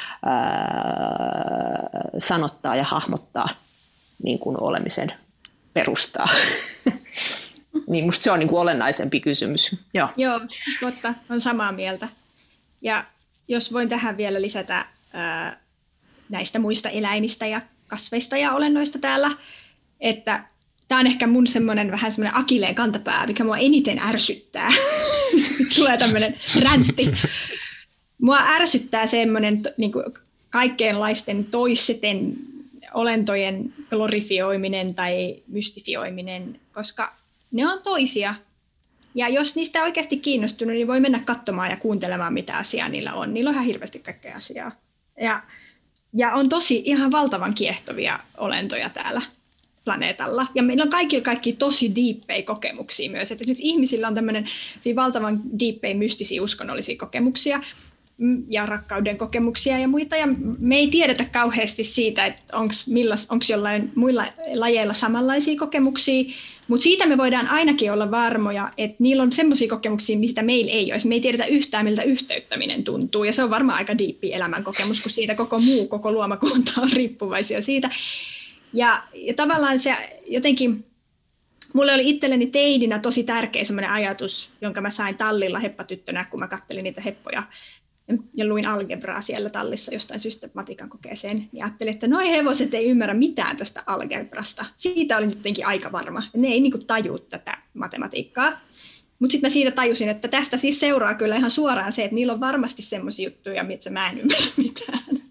sanottaa ja hahmottaa niin kuin olemisen perustaa. Niin musta se on niin kuin olennaisempi kysymys. Joo, mutta on samaa mieltä. Ja jos voin tähän vielä lisätä näistä muista eläimistä ja kasveista ja olennoista täällä, että tämä on ehkä mun vähän semmoinen akilleen kantapää, mikä mua eniten ärsyttää. Tulee tämmöinen räntti. Mua ärsyttää semmoinen niin kuin kaikkeenlaisten toisten olentojen glorifioiminen tai mystifioiminen, koska ne on toisia. Ja jos niistä oikeasti kiinnostunut, niin voi mennä katsomaan ja kuuntelemaan, mitä asiaa niillä on. Niillä on ihan hirveästi kaikkea asiaa. Ja on tosi ihan valtavan kiehtovia olentoja täällä planeetalla. Ja meillä on kaikki tosi deepejä kokemuksia myös. Että esimerkiksi ihmisillä on tämmöinen valtavan deepejä mystisiä uskonnollisia kokemuksia ja rakkauden kokemuksia ja muita. Ja me ei tiedetä kauheasti siitä, että onko jollain muilla lajeilla samanlaisia kokemuksia. Mutta siitä me voidaan ainakin olla varmoja, että niillä on semmoisia kokemuksia, mistä meillä ei ole. Me ei tiedetä yhtään, miltä yhteyttäminen tuntuu. Ja se on varmaan aika diippi elämänkokemus, kun siitä koko luomakunta on riippuvaisia siitä. Ja tavallaan se jotenkin, mulle oli itselleni teidinä tosi tärkeä semmoinen ajatus, jonka mä sain tallilla heppatyttönä, kun mä kattelin niitä heppoja ja luin algebraa siellä tallissa jostain syystä matikan kokeeseen. Ja ajattelin, että noi hevoset ei ymmärrä mitään tästä algebrasta. Siitä olin jotenkin aika varma. Ne ei niinku tajua tätä matematiikkaa. Mutta sitten mä siitä tajusin, että tästä siis seuraa kyllä ihan suoraan se, että niillä on varmasti semmoisia juttuja, mitä mä en ymmärrä mitään.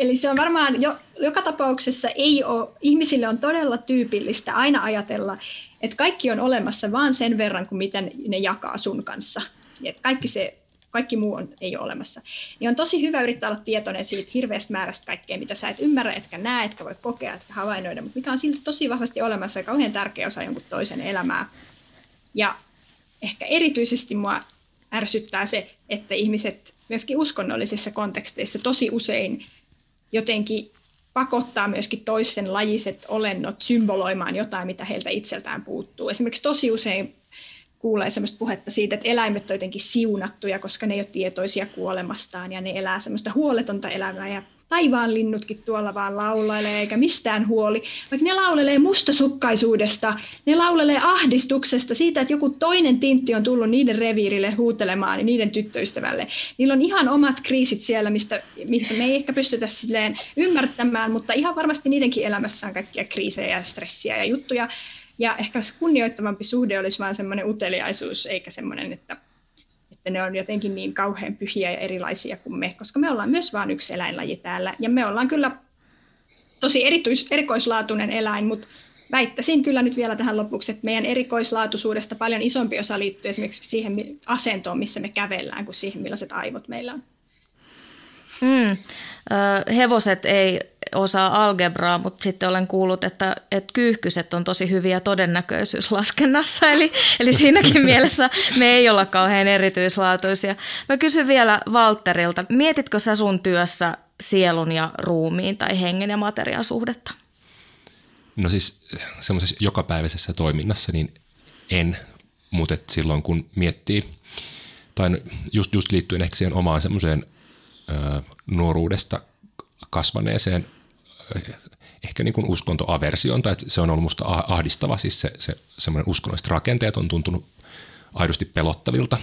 Eli se on varmaan joka tapauksessa ihmisille on todella tyypillistä aina ajatella, että kaikki on olemassa vaan sen verran, kuin miten ne jakaa sun kanssa. Että kaikki muu ei ole olemassa. Niin on tosi hyvä yrittää olla tietoinen siitä hirveästä määrästä kaikkea, mitä sä et ymmärrä, etkä näe, etkä voi kokea, etkä havainnoida, mutta mikä on silti tosi vahvasti olemassa ja kauhean tärkeä osa jonkun toisen elämää. Ja ehkä erityisesti mua ärsyttää se, että ihmiset myöskin uskonnollisissa konteksteissa tosi usein jotenkin pakottaa myöskin toisen lajiset olennot symboloimaan jotain, mitä heiltä itseltään puuttuu. Esimerkiksi tosi usein kuulee sellaista puhetta siitä, että eläimet on jotenkin siunattuja, koska ne ei ole tietoisia kuolemastaan ja ne elää semmoista huoletonta elämää ja taivaan linnutkin tuolla vaan laulailee eikä mistään huoli. Vaikka ne laulelee mustasukkaisuudesta, ne laulelee ahdistuksesta, siitä, että joku toinen tintti on tullut niiden reviirille huutelemaan ja niiden tyttöystävälle. Niillä on ihan omat kriisit siellä, mistä me ei ehkä pystytä silleen ymmärtämään, mutta ihan varmasti niidenkin elämässä on kaikkia kriisejä ja stressiä ja juttuja. Ja ehkä kunnioittavampi suhde olisi vaan semmoinen uteliaisuus, eikä semmoinen, että ne on jotenkin niin kauhean pyhiä ja erilaisia kuin me, koska me ollaan myös vain yksi eläinlaji täällä. Ja me ollaan kyllä tosi erikoislaatuinen eläin, mutta väittäisin kyllä nyt vielä tähän lopuksi, että meidän erikoislaatuisuudesta paljon isompi osa liittyy esimerkiksi siihen asentoon, missä me kävellään, kuin siihen, millaiset aivot meillä on. Hevoset ei osaa algebraa, mutta sitten olen kuullut, että kyyhkyset on tosi hyviä todennäköisyyslaskennassa, eli siinäkin mielessä me ei olla kauhean erityislaatuisia. Mä kysyn vielä Valtterilta, mietitkö sä sun työssä sielun ja ruumiin tai hengen ja materiaan suhdetta? No siis semmoisessa jokapäiväisessä toiminnassa niin en, mutta silloin kun miettii, tai just liittyen ehkä siihen omaan semmoiseen nuoruudesta kasvaneeseen ehkä niin kuin uskontoaversioon, tai se on ollut musta ahdistava, siis se semmoinen uskonnolliset rakenteet on tuntunut aidosti pelottavilta,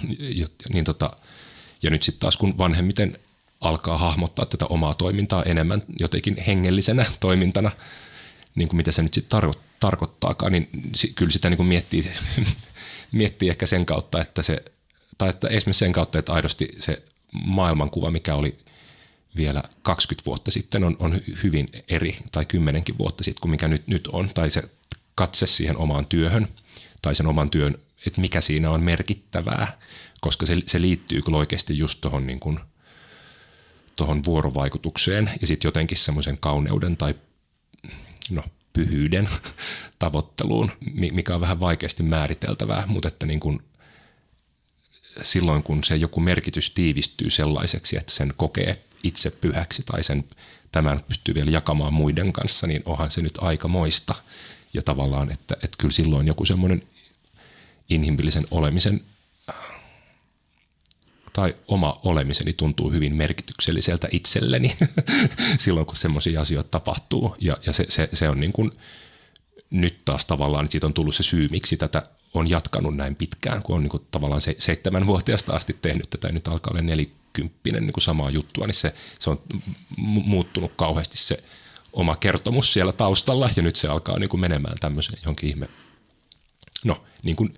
ja nyt sitten taas kun vanhemmiten alkaa hahmottaa tätä omaa toimintaa enemmän jotenkin hengellisenä toimintana, niin kuin mitä se nyt sitten tarkoittaakaan, niin kyllä sitä niin kuin miettii ehkä sen kautta, että esimerkiksi sen kautta, että aidosti se maailmankuva, mikä oli vielä 20 vuotta sitten, on hyvin eri, tai 10 vuotta sitten kuin mikä nyt on, tai se katse siihen omaan työhön, tai sen oman työn, että mikä siinä on merkittävää, koska se liittyy kyllä oikeasti just tuohon niin kuin, vuorovaikutukseen, ja sitten jotenkin semmoisen kauneuden tai pyhyyden tavoitteluun, mikä on vähän vaikeasti määriteltävää, mutta että niin kuin silloin, kun se joku merkitys tiivistyy sellaiseksi, että sen kokee itse pyhäksi tai tämän pystyy vielä jakamaan muiden kanssa, niin onhan se nyt aikamoista. Ja tavallaan, että kyllä silloin joku semmoinen inhimillisen olemisen tai oma olemiseni tuntuu hyvin merkitykselliseltä itselleni silloin, kun semmoisia asioita tapahtuu. Ja se on niin kuin nyt taas tavallaan, että siitä on tullut se syy, miksi tätä on jatkanut näin pitkään, kun on niin kuin tavallaan 7-vuotiaasta asti tehnyt tätä ja nyt alkaa olla 40 niin kuin samaa juttua, niin se on muuttunut kauheasti se oma kertomus siellä taustalla ja nyt se alkaa niin kuin menemään tämmöiseen johonkin ihme. Niin kuin,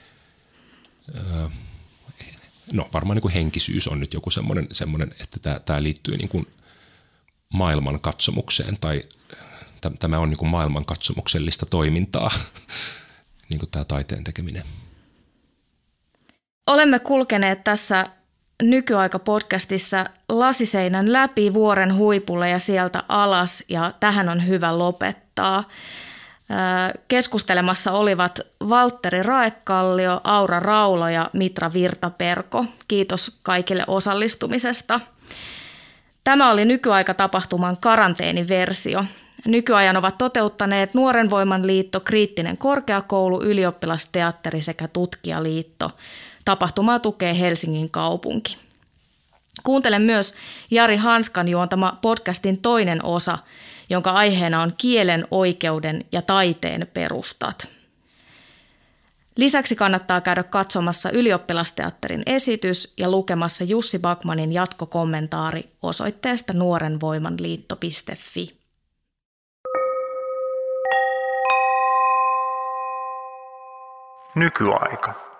varmaan niin kuin henkisyys on nyt joku semmoinen että tämä liittyy niin kuin maailmankatsomukseen tai tämä on niin kuin maailmankatsomuksellista toimintaa. Niin kuin tämä taiteen tekeminen. Olemme kulkeneet tässä nykyaika-podcastissa lasiseinän läpi vuoren huipulle ja sieltä alas, ja tähän on hyvä lopettaa. Keskustelemassa olivat Valtteri Raekallio, Aura Raulo ja Mitra Virtaperko. Kiitos kaikille osallistumisesta. Tämä oli nykyaika-tapahtuman karanteeniversio. Nykyajan ovat toteuttaneet Nuoren Voiman liitto, Kriittinen korkeakoulu, Ylioppilasteatteri sekä Tutkijaliitto. Tapahtumaa tukee Helsingin kaupunki. Kuuntele myös Jari Hanskan juontama podcastin toinen osa, jonka aiheena on kielen, oikeuden ja taiteen perustat. Lisäksi kannattaa käydä katsomassa Ylioppilasteatterin esitys ja lukemassa Jussi Backmanin jatkokommentaari osoitteesta nuorenvoimanliitto.fi. Nykyaika.